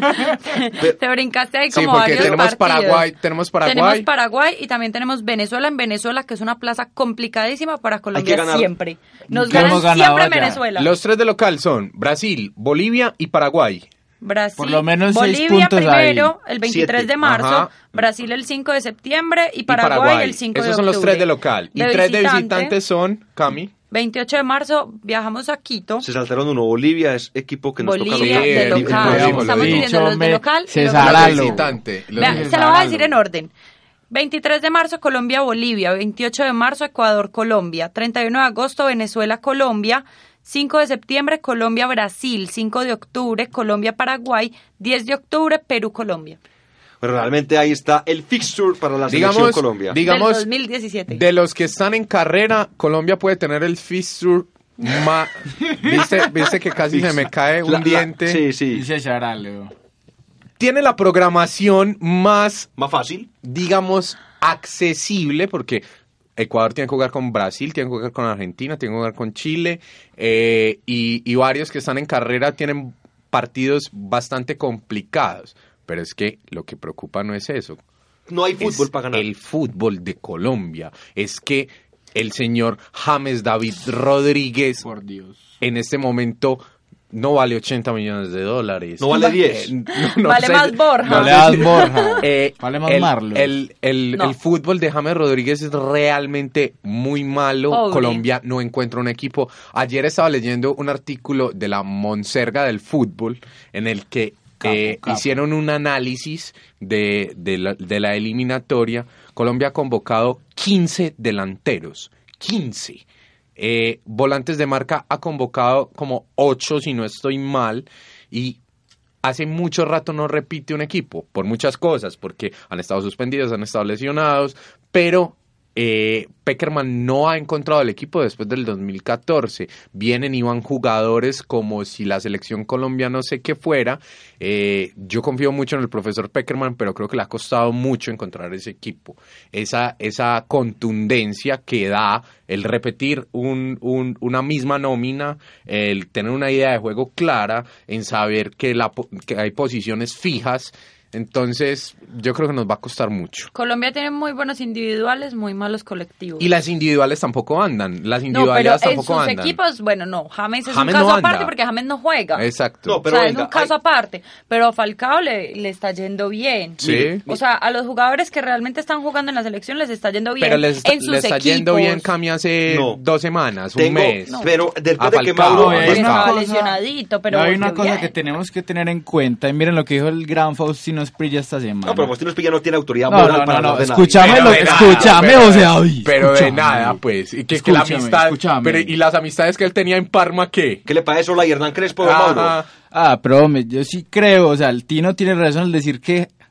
S4: Te brincaste ahí
S5: Sí,
S4: como
S5: porque
S4: varios
S5: tenemos
S4: partidos.
S5: Paraguay, tenemos Paraguay.
S4: Tenemos Paraguay y también tenemos Venezuela en Venezuela, que es una plaza complicadísima para Colombia
S3: ganar.
S4: siempre. Nos
S6: Ya
S4: ganan
S6: hemos ganado
S4: siempre en
S6: allá.
S4: Venezuela.
S5: Los tres de local son Brasil, Bolivia y Paraguay.
S4: Brasil,
S6: Por lo menos seis
S4: Bolivia
S6: puntos
S4: primero,
S6: ahí.
S4: el veintitrés
S3: Siete.
S4: de marzo,
S5: Ajá.
S4: Brasil el cinco de septiembre y
S5: Y
S4: Paraguay, el cinco
S5: Esos
S4: de
S5: son
S4: octubre.
S5: los tres de local. Y
S4: De
S5: tres de
S4: visitante,
S5: visitantes son, Cami.
S4: veintiocho de marzo viajamos a Quito.
S3: Se saltaron uno. Bolivia es equipo que nos
S4: Bolivia
S3: toca
S5: Sí,
S3: local.
S4: de
S5: el-
S4: local.
S5: el-
S4: Estamos
S5: el-
S4: diciendo los de
S6: Dicho,
S4: local. y
S6: César
S4: los de
S5: Los
S6: Aralo.
S5: visitantes. Los
S4: Vea,
S5: visitantes.
S4: se lo voy a decir en orden. veintitrés de marzo, Colombia, Bolivia. veintiocho de marzo, Ecuador, Colombia. treinta y uno de agosto, Venezuela, Colombia. cinco de septiembre, Colombia, Brasil. cinco de octubre, Colombia, Paraguay. diez de octubre, Perú, Colombia.
S3: Pero realmente ahí está el fixture para la selección
S5: Digamos,
S3: Colombia.
S5: digamos,
S4: Del dos mil diecisiete.
S5: de los que están en carrera, Colombia puede tener el fixture más... ¿Viste, ¿Viste que casi se me cae un
S3: La- la-
S5: diente?
S3: Sí, sí.
S6: Dice Charaleo.
S5: Tiene la programación más,
S3: Más fácil.
S5: digamos, accesible, porque Ecuador tiene que jugar con Brasil, tiene que jugar con Argentina, tiene que jugar con Chile, eh, y, y varios que están en carrera tienen partidos bastante complicados. Pero es que lo que preocupa no es eso.
S3: No hay fútbol
S5: Es
S3: para ganar.
S5: el fútbol de Colombia. Es que el señor James David Rodríguez
S6: Por Dios.
S5: en este momento no vale ochenta millones de dólares.
S3: No vale diez.
S5: Eh, no- no
S4: Vale
S5: sé.
S4: más Borja.
S6: No le das Borja.
S5: Eh,
S6: Vale más
S5: el,
S6: Marlos.
S5: El, el-
S4: No.
S5: el fútbol de James Rodríguez es realmente muy malo.
S4: Pobre.
S5: Colombia no encuentra un equipo. Ayer estaba leyendo un artículo de la Monserga del fútbol en el que
S6: Capo,
S5: eh,
S6: capo.
S5: hicieron un análisis de, de, la, de la eliminatoria. Colombia ha convocado quince delanteros. quince. Eh, volantes de marca ha convocado como ocho, si no estoy mal. Y hace mucho rato no repite un equipo, por muchas cosas, porque han estado suspendidos, han estado lesionados, pero eh, Peckerman no ha encontrado el equipo después del dos mil catorce. Vienen y van jugadores como si la selección colombiana no sé qué fuera. Eh, yo confío mucho en el profesor Peckerman, pero creo que le ha costado mucho encontrar ese equipo. Esa, esa contundencia que da el repetir un, un, una misma nómina, el tener una idea de juego clara, en saber que, la, po- que hay posiciones fijas. Entonces, yo creo que nos va a costar mucho.
S4: Colombia tiene muy buenos individuales, muy malos colectivos.
S5: Y las individuales tampoco andan. Las
S4: no, pero
S5: individualidades
S4: en
S5: tampoco
S4: sus
S5: andan.
S4: equipos, bueno, no, James es
S5: James
S4: un caso
S5: no anda.
S4: aparte porque James no juega.
S5: Exacto.
S3: No, pero
S4: o sea,
S3: venga,
S4: es un caso
S3: hay-
S4: aparte. Pero a Falcao le, le está yendo bien.
S5: Sí.
S4: O sea, a los jugadores que realmente están jugando en la selección les está yendo bien.
S5: Pero les,
S4: en sus
S5: les está
S4: equipos.
S5: yendo bien Cami hace
S3: No.
S5: dos semanas, un
S3: Tengo,
S5: mes.
S4: No.
S3: pero después
S5: A
S3: de que
S5: Falcao,
S3: Mauro...
S6: No,
S4: Él
S6: hay una
S4: estaba
S6: cosa-
S4: lesionadito, pero
S6: hay una
S4: volvió
S6: cosa
S4: bien.
S6: que tenemos que tener en cuenta, y miren lo que dijo el gran Faustino Esprilla esta semana.
S3: No, pero Faustino Espilla no tiene autoridad
S6: No,
S3: moral
S6: no,
S3: para
S6: no, no,
S3: hablar de
S6: escúchame
S3: nadie.
S6: lo-
S5: de nada,
S6: escúchame,
S5: pero-
S6: José David,
S5: Pero de
S6: escúchame.
S5: nada, pues. Y que, que la
S6: Escúchame,
S5: amistad.
S6: escúchame.
S5: Pero, ¿y las amistades que él tenía en Parma qué?
S3: ¿Qué le parece Sola y Hernán Crespo de
S5: Ajá.
S3: Mauro?
S6: Ah, pero hombre, yo sí creo, o sea, el Tino tiene razón al decir que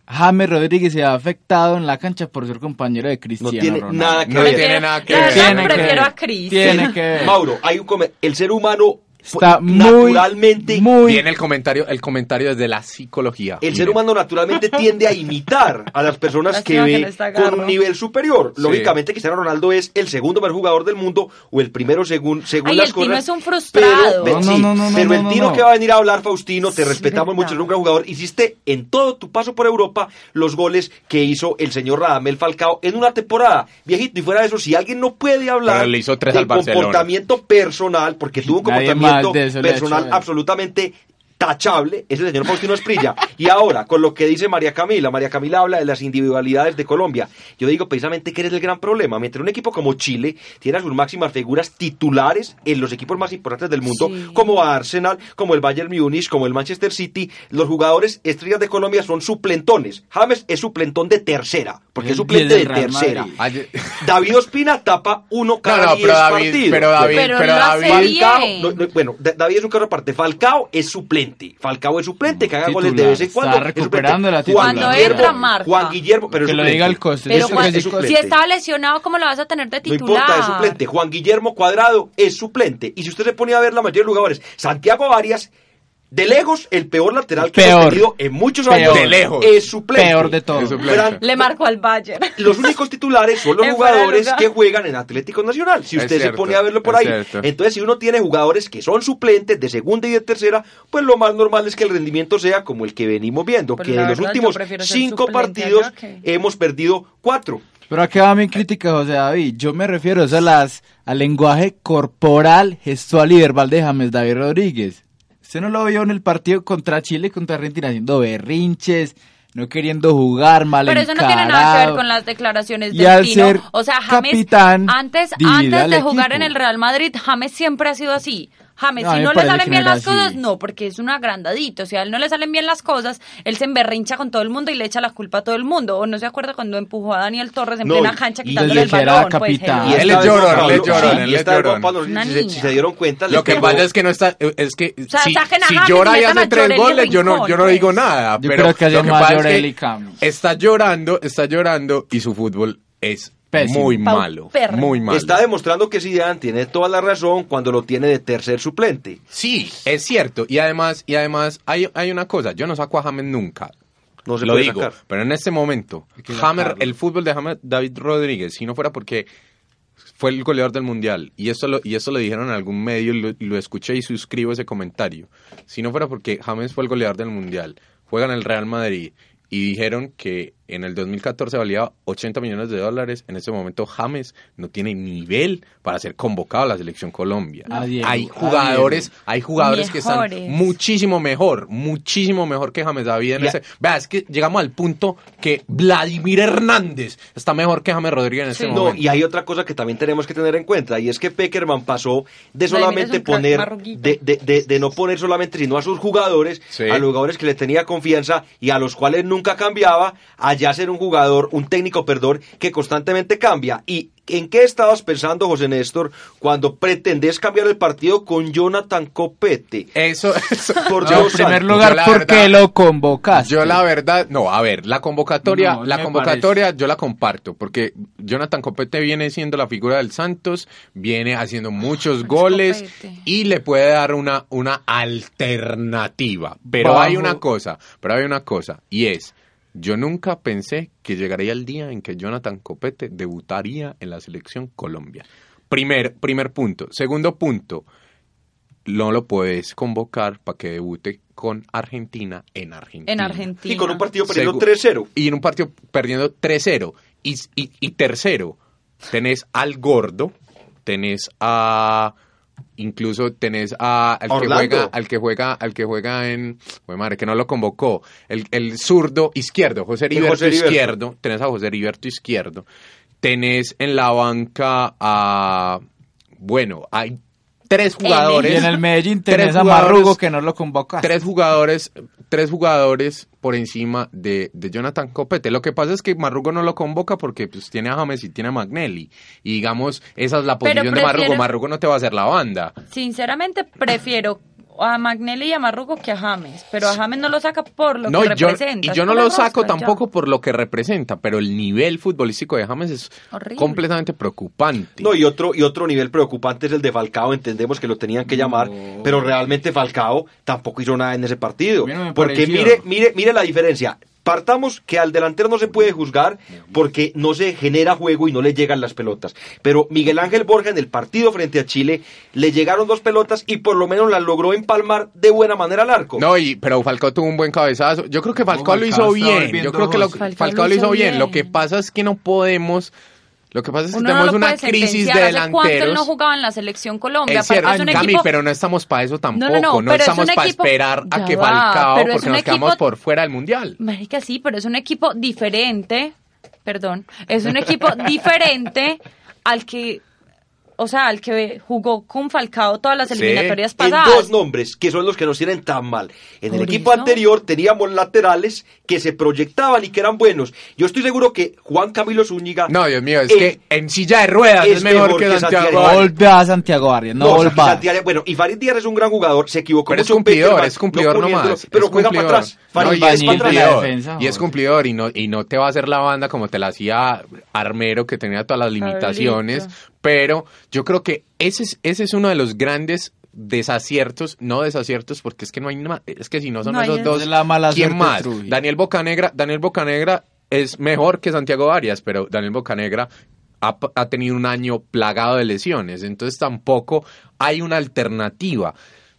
S6: James Rodríguez se ha afectado en la cancha por ser compañero de Cristiano
S3: No tiene
S6: Ronaldo.
S3: nada que
S5: No
S3: ver.
S5: tiene nada que
S4: La
S5: ver.
S4: verdad,
S6: Tiene que
S4: prefiero
S6: ver.
S4: a Cris.
S6: Tiene que ver.
S3: Mauro, hay un come- el ser humano
S6: Está muy,
S3: naturalmente
S6: muy...
S5: Viene el comentario, el comentario desde la psicología.
S3: El
S5: Mire.
S3: ser humano naturalmente tiende a imitar a las personas que
S4: Lástima que
S3: ve
S4: no está
S3: con
S4: Garro.
S3: un nivel superior.
S5: Sí.
S3: Lógicamente Cristiano Ronaldo es el segundo mejor jugador del mundo o el primero según, según
S4: Ay,
S3: las
S4: el Tino
S3: cosas.
S4: es un frustrado.
S3: Pero,
S6: No,
S3: sí,
S6: no, no, no,
S3: pero
S6: no,
S3: el
S6: no,
S3: Tino
S6: no.
S3: que va a venir a hablar, Faustino, te
S4: Sí,
S3: respetamos
S4: verdad.
S3: mucho, eres un gran jugador. Hiciste en todo tu paso por Europa los goles que hizo el señor Radamel Falcao en una temporada. Viejito, y fuera de eso, si alguien no puede hablar
S5: Pero le hizo tres
S3: del
S5: al Barcelona.
S3: comportamiento personal, porque tuvo un
S6: Nadie
S3: comportamiento
S6: más de eso le ha
S3: personal
S6: hecho él.
S3: absolutamente tachable, es el señor Faustino Esprilla. Y ahora, con lo que dice María Camila, María Camila habla de las individualidades de Colombia. Yo digo precisamente que eres el gran problema. Mientras un equipo como Chile tiene a sus máximas figuras titulares en los equipos más importantes del mundo,
S4: Sí.
S3: como Arsenal, como el Bayern Múnich, como el Manchester City, los jugadores estrellas de Colombia son suplentones. James es suplentón de tercera, porque es
S6: El
S3: suplente
S6: diez
S3: de
S6: del Real
S3: tercera.
S6: Madrid.
S5: Ayer-
S3: David Ospina tapa uno cada
S5: No, no,
S3: diez
S5: pero David,
S3: partidos.
S5: pero David,
S4: Pero
S5: pero
S4: lo hace
S5: David,
S4: bien.
S3: Falcao, no, no, bueno, D- David es un caso aparte. Falcao es suplente. Falcao es suplente, que haga
S6: Titular.
S3: goles de vez en
S6: Está
S3: cuando. es
S6: recuperando
S3: suplente.
S6: la
S3: Juan
S6: titular.
S3: Guillermo,
S4: Cuando entra, marca.
S3: Juan Guillermo, pero es
S6: Que lo
S3: suplente.
S6: diga el Coste.
S4: Pero
S3: Es
S4: Juan-
S3: suplente, es suplente.
S4: si estaba lesionado, ¿cómo lo vas a tener de
S3: No
S4: titular?
S3: importa, es suplente. Juan Guillermo Cuadrado es suplente. Y si usted se pone a ver la mayoría de los jugadores, Santiago Arias, de lejos, el peor lateral que
S6: Peor.
S3: hemos tenido en muchos
S6: Peor.
S3: años.
S5: De lejos.
S3: Es suplente.
S6: Peor de todo.
S5: Es suplente.
S3: Fran-
S4: Le marcó al Bayern.
S3: Los únicos titulares son los
S4: En fuera de
S3: jugadores
S4: lugar.
S3: que juegan en Atlético Nacional. Si
S5: Es
S3: usted se
S5: cierto,
S3: pone a verlo por
S5: es
S3: ahí.
S5: cierto.
S3: Entonces, si uno tiene jugadores que son suplentes de segunda y de tercera, pues lo más normal es que el rendimiento sea como el que venimos viendo,
S4: Pues
S3: que
S4: la
S3: de los
S4: verdad,
S3: últimos
S4: yo prefiero ser
S3: cinco
S4: suplente
S3: partidos
S4: allá que-
S3: hemos perdido cuatro.
S6: Pero acá va mi crítica, José David. Yo me refiero eso a las, al lenguaje corporal, gestual y verbal de James David Rodríguez. Usted no lo vio en el partido contra Chile y contra Argentina haciendo berrinches, no queriendo jugar, mal
S4: Pero eso no tiene nada que ver con las declaraciones
S6: Y
S4: del
S6: al
S4: Tino.
S6: ser
S4: O sea, James,
S6: capitán,
S4: antes,
S6: divide
S4: antes
S6: al
S4: de jugar
S6: equipo.
S4: en el Real Madrid, James siempre ha sido así. James,
S6: No, a
S4: si
S6: mí
S4: no
S6: me
S4: le
S6: parece
S4: salen
S6: que
S4: bien
S6: no era
S4: las cosas,
S6: así.
S4: no, porque es un agrandadito. O sea, a él no le salen bien las cosas, él se emberrincha con todo el mundo y le echa la culpa a todo el mundo. O no se acuerda cuando empujó a Daniel Torres en
S3: No,
S4: plena
S3: y-
S4: cancha
S3: y
S4: quitándole el
S6: desde que era
S4: balón. Pues,
S6: capitán.
S3: Y
S6: Ah,
S5: él
S3: esta
S5: es
S3: vez Juan
S5: llorón,
S3: Pablo-
S5: él es llorón,
S3: sí,
S5: él
S3: y
S5: es
S3: esta vez Juan
S5: llorón.
S3: Pablo,
S4: Una
S3: si, se-
S4: niña.
S3: si se dieron cuenta, le
S5: Lo que
S3: pegó-
S5: pasa es que no está, es que
S4: sea,
S5: si,
S4: saquen a
S5: si
S4: James
S5: llora
S4: y
S5: y
S4: metan
S5: hace
S4: a
S5: tres
S4: Llorelli
S5: goles, yo no,
S4: Rincón,
S5: yo no digo
S4: pues.
S5: nada.
S6: Yo
S5: pero
S6: creo que
S5: lo
S6: haya
S5: que
S6: más
S5: pasa es
S6: Llorelli
S5: que
S6: Campos.
S5: está llorando, está llorando y su fútbol es
S6: Pésimo.
S5: muy
S4: Pau-
S5: malo,
S4: perro.
S5: muy malo.
S3: Está demostrando que Zidane tiene toda la razón cuando lo tiene de tercer suplente.
S5: Sí, es cierto. Y además, y además hay, hay una cosa, yo no saco a James nunca.
S3: No se
S5: lo
S3: puede
S5: digo,
S3: sacar.
S5: pero en este momento,
S6: Hay que
S5: James,
S6: sacarlo.
S5: el fútbol de James David Rodríguez, si no fuera porque fue el goleador del mundial, y esto lo, y esto lo dijeron en algún medio, y lo, y lo escuché y suscribo ese comentario, si no fuera porque James fue el goleador del mundial, juega en el Real Madrid, y dijeron que en el dos mil catorce valía ochenta millones de dólares, en este momento James no tiene nivel para ser convocado a la selección Colombia.
S6: A Diego,
S5: hay
S6: a
S5: jugadores, hay jugadores que están
S4: Mejores.
S5: muchísimo mejor, muchísimo mejor que James David en
S3: Ya.
S5: ese. Vea, es que llegamos al punto que Vladimir Hernández está mejor que James Rodríguez en este
S4: Sí.
S3: No,
S5: momento.
S3: y hay otra cosa que también tenemos que tener en cuenta, y es que Peckerman pasó de
S4: Vladimir
S3: solamente
S4: es un crack,
S3: poner,
S4: marruquito.
S3: de, de, de, de no poner solamente, sino a sus jugadores,
S5: Sí.
S3: a los jugadores que le tenía confianza y a los cuales nunca cambiaba, allá ser un jugador, un técnico, perdón, que constantemente cambia. ¿Y en qué estabas pensando, José Néstor, cuando pretendés cambiar el partido con Jonathan Copete?
S5: Eso, eso-
S3: Por
S6: No,
S3: Dios
S6: en primer
S3: santo.
S6: lugar,
S5: Yo la
S6: ¿por
S5: verdad-
S6: qué lo convocaste?
S5: Yo la verdad, no, a ver, la convocatoria,
S6: No,
S5: la
S6: me
S5: convocatoria yo la comparto, porque Jonathan Copete viene siendo la figura del Santos, viene haciendo muchos goles
S4: Copete.
S5: y le puede dar una, una alternativa. Pero
S6: Bajo-
S5: hay una cosa, pero hay una cosa, y es, yo nunca pensé que llegaría el día en que Jonathan Copete debutaría en la selección Colombia. Primer, primer punto. Segundo punto, no lo puedes convocar para que debute con Argentina en Argentina.
S4: En Argentina.
S3: Y con un partido perdiendo
S5: Segu-
S3: tres cero.
S5: Y en un partido perdiendo tres cero. Y, y, y tercero, tenés al gordo, tenés a... Incluso tenés a, al que
S3: Orlando.
S5: juega, al que juega, al que juega en, bueno, madre, que no lo convocó, el, el zurdo izquierdo, José Heriberto
S3: José Heriberto.
S5: izquierdo, tenés a José Heriberto izquierdo, tenés en la banca a, bueno, hay tres jugadores.
S6: Y en el Medellín
S5: tres
S6: tenés a
S5: jugadores-
S6: Marrugo que no lo convocaste.
S5: Tres jugadores, tres jugadores por encima de, de Jonathan Copete. Lo que pasa es que Marrugo no lo convoca porque pues tiene a James y tiene a Magnelli. Y digamos, esa es la
S4: Pero
S5: posición de Marrugo.
S4: prefiero-
S5: Marrugo no te va a hacer la banda.
S4: Sinceramente, prefiero a Magnelli y a Marrugo que a James, pero a James no lo saca por lo
S5: no,
S4: que
S5: y yo,
S4: representa.
S5: Y yo no lo saco tampoco ya. por lo que representa, pero el nivel futbolístico de James es horrible, completamente preocupante.
S3: No, y otro, y otro nivel preocupante es el de Falcao, entendemos que lo tenían que llamar, no. pero realmente Falcao tampoco hizo nada en ese partido. No porque pareció. mire, mire, mire la diferencia. Partamos que al delantero no se puede juzgar porque no se genera juego y no le llegan las pelotas. Pero Miguel Ángel Borja en el partido frente a Chile le llegaron dos pelotas y por lo menos las logró empalmar de buena manera al arco.
S5: No, y pero Falcao tuvo un buen cabezazo. Yo creo que Falcao no, lo hizo bien. Yo creo que lo, Falcao, Falcao lo hizo bien. bien. Lo que pasa es que no podemos... Lo que pasa es que
S4: Uno
S5: tenemos
S4: no
S5: una crisis de delanteros.
S4: ¿Hace cuánto él no jugaba en la selección Colombia?
S5: Es cierto,
S4: es un
S5: Cami,
S4: equipo...
S5: pero no estamos para eso tampoco.
S4: No, no, no,
S5: no estamos para equipo... esperar a ya que Falcao, va, porque nos equipo... quedamos por fuera del Mundial.
S4: Marica, sí, pero es un equipo diferente, perdón, es un equipo diferente al que... O sea, al que jugó con Falcao todas las eliminatorias sí. pasadas.
S3: En dos nombres, que son los que nos tienen tan mal. En Por el equipo eso. anterior teníamos laterales que se proyectaban y que eran buenos. Yo estoy seguro que Juan Camilo Zúñiga...
S5: No, Dios mío, es eh, que en silla de ruedas es, es mejor, mejor que, que Santiago Arias.
S6: Volve a Santiago Arias, no, no volva.
S3: Santiago, bueno, y Farid Díaz es un gran jugador, se equivocó
S5: pero
S3: mucho.
S5: Es cumplidor, es cumplidor no nomás.
S3: Pero
S5: es
S3: juega
S5: cumplidor.
S3: para atrás.
S5: Farid no, y, es cumplidor, defensa, y es cumplidor y no, y no te va a hacer la banda como te la hacía Armero, que tenía todas las limitaciones. Favorito. Pero yo creo que ese es, ese es uno de los grandes desaciertos, no desaciertos, porque es que no hay nada, es que si no son no esos dos,
S6: la mala
S5: ¿quién más?
S6: Trujillo.
S5: Daniel Bocanegra, Daniel Bocanegra es mejor que Santiago Arias, pero Daniel Bocanegra ha, ha tenido un año plagado de lesiones, entonces tampoco hay una alternativa.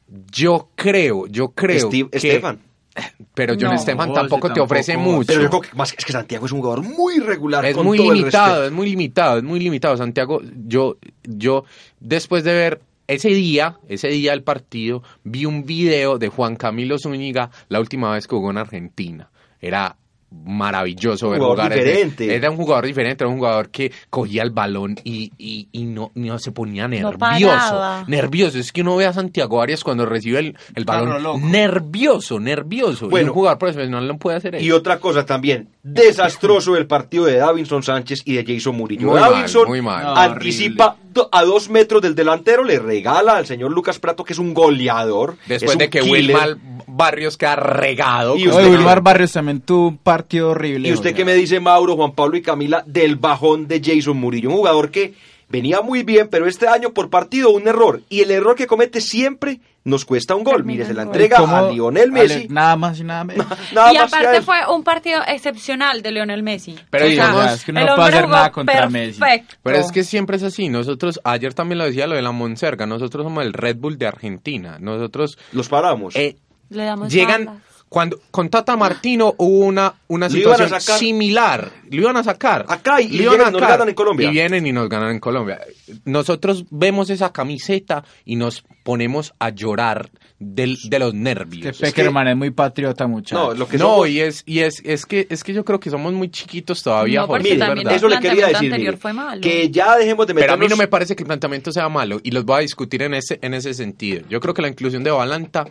S5: Yo creo, yo creo
S3: Steve,
S5: que...
S3: Estefan.
S5: Pero John no, Estefan tampoco te ofrece tampoco, mucho.
S3: Pero yo creo que más es que Santiago es un jugador muy regular.
S5: Es
S3: con
S5: muy
S3: todo
S5: limitado, es muy limitado, es muy limitado. Santiago, yo, yo después de ver ese día, ese día del partido, vi un video de Juan Camilo Zúñiga la última vez que jugó en Argentina. Era maravilloso ver jugar. Ese, era un jugador diferente, era un jugador que cogía el balón y, y, y no, no se ponía nervioso. No nervioso. Es que uno ve a Santiago Arias cuando recibe el, el balón nervioso, nervioso. Bueno, y un jugador profesional no puede hacer eso.
S3: Y otra cosa también, desastroso el partido de Davinson Sánchez y de Jason Murillo.
S5: Muy
S3: Davinson
S5: mal, muy mal.
S3: No, anticipa do, a dos metros del delantero, le regala al señor Lucas Prato, que es un goleador.
S5: Después de que Wilmar Barrios queda regado.
S6: Y usted, Wilmar Barrios también tuvo un partido horrible.
S3: ¿Y usted qué me dice, Mauro, Juan Pablo y Camila, del bajón de Jason Murillo? Un jugador que venía muy bien, pero este año por partido un error. Y el error que comete siempre nos cuesta un gol. Mire, se la entrega a Lionel Messi.
S6: Ale, nada más y nada menos.
S3: Nada
S4: y
S3: más
S4: aparte fue un partido excepcional de Lionel Messi.
S5: Pero
S6: o sea, digamos, es que no puede hacer nada contra Messi.
S5: Pero es que siempre es así. Nosotros, ayer también lo decía lo de la Monserga, nosotros somos el Red Bull de Argentina. Nosotros
S3: los paramos.
S5: Eh,
S4: Le damos
S5: llegan...
S4: balas.
S5: Cuando con Tata Martino hubo una, una situación similar, lo iban a sacar
S3: acá y, y llegan, nos ganan en Colombia.
S5: Y vienen y nos ganan en Colombia. Nosotros vemos esa camiseta y nos ponemos a llorar del, de los nervios.
S6: Que Peckerman es, que, es muy patriota, muchachos.
S5: No, lo que no somos... y es y es es que es que yo creo que somos muy chiquitos todavía.
S4: No, porque
S5: Jorge,
S4: también
S3: eso le quería decir.
S4: Mire, fue malo.
S3: Que ya dejemos de meternos...
S5: Pero a mí no me parece que el planteamiento sea malo y los voy a discutir en ese en ese sentido. Yo creo que la inclusión de Balanta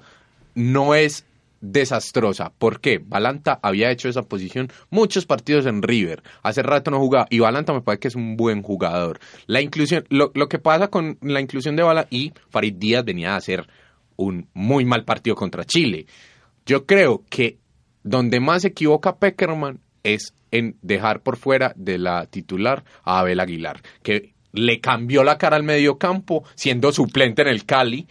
S5: no es desastrosa. ¿Por qué? Balanta había hecho esa posición muchos partidos en River. Hace rato no jugaba y Balanta me parece que es un buen jugador. La inclusión, lo, lo que pasa con la inclusión de Balanta y Farid Díaz venía a hacer un muy mal partido contra Chile. Yo creo que donde más se equivoca Peckerman es en dejar por fuera de la titular a Abel Aguilar, que le cambió la cara al mediocampo siendo suplente en el Cali.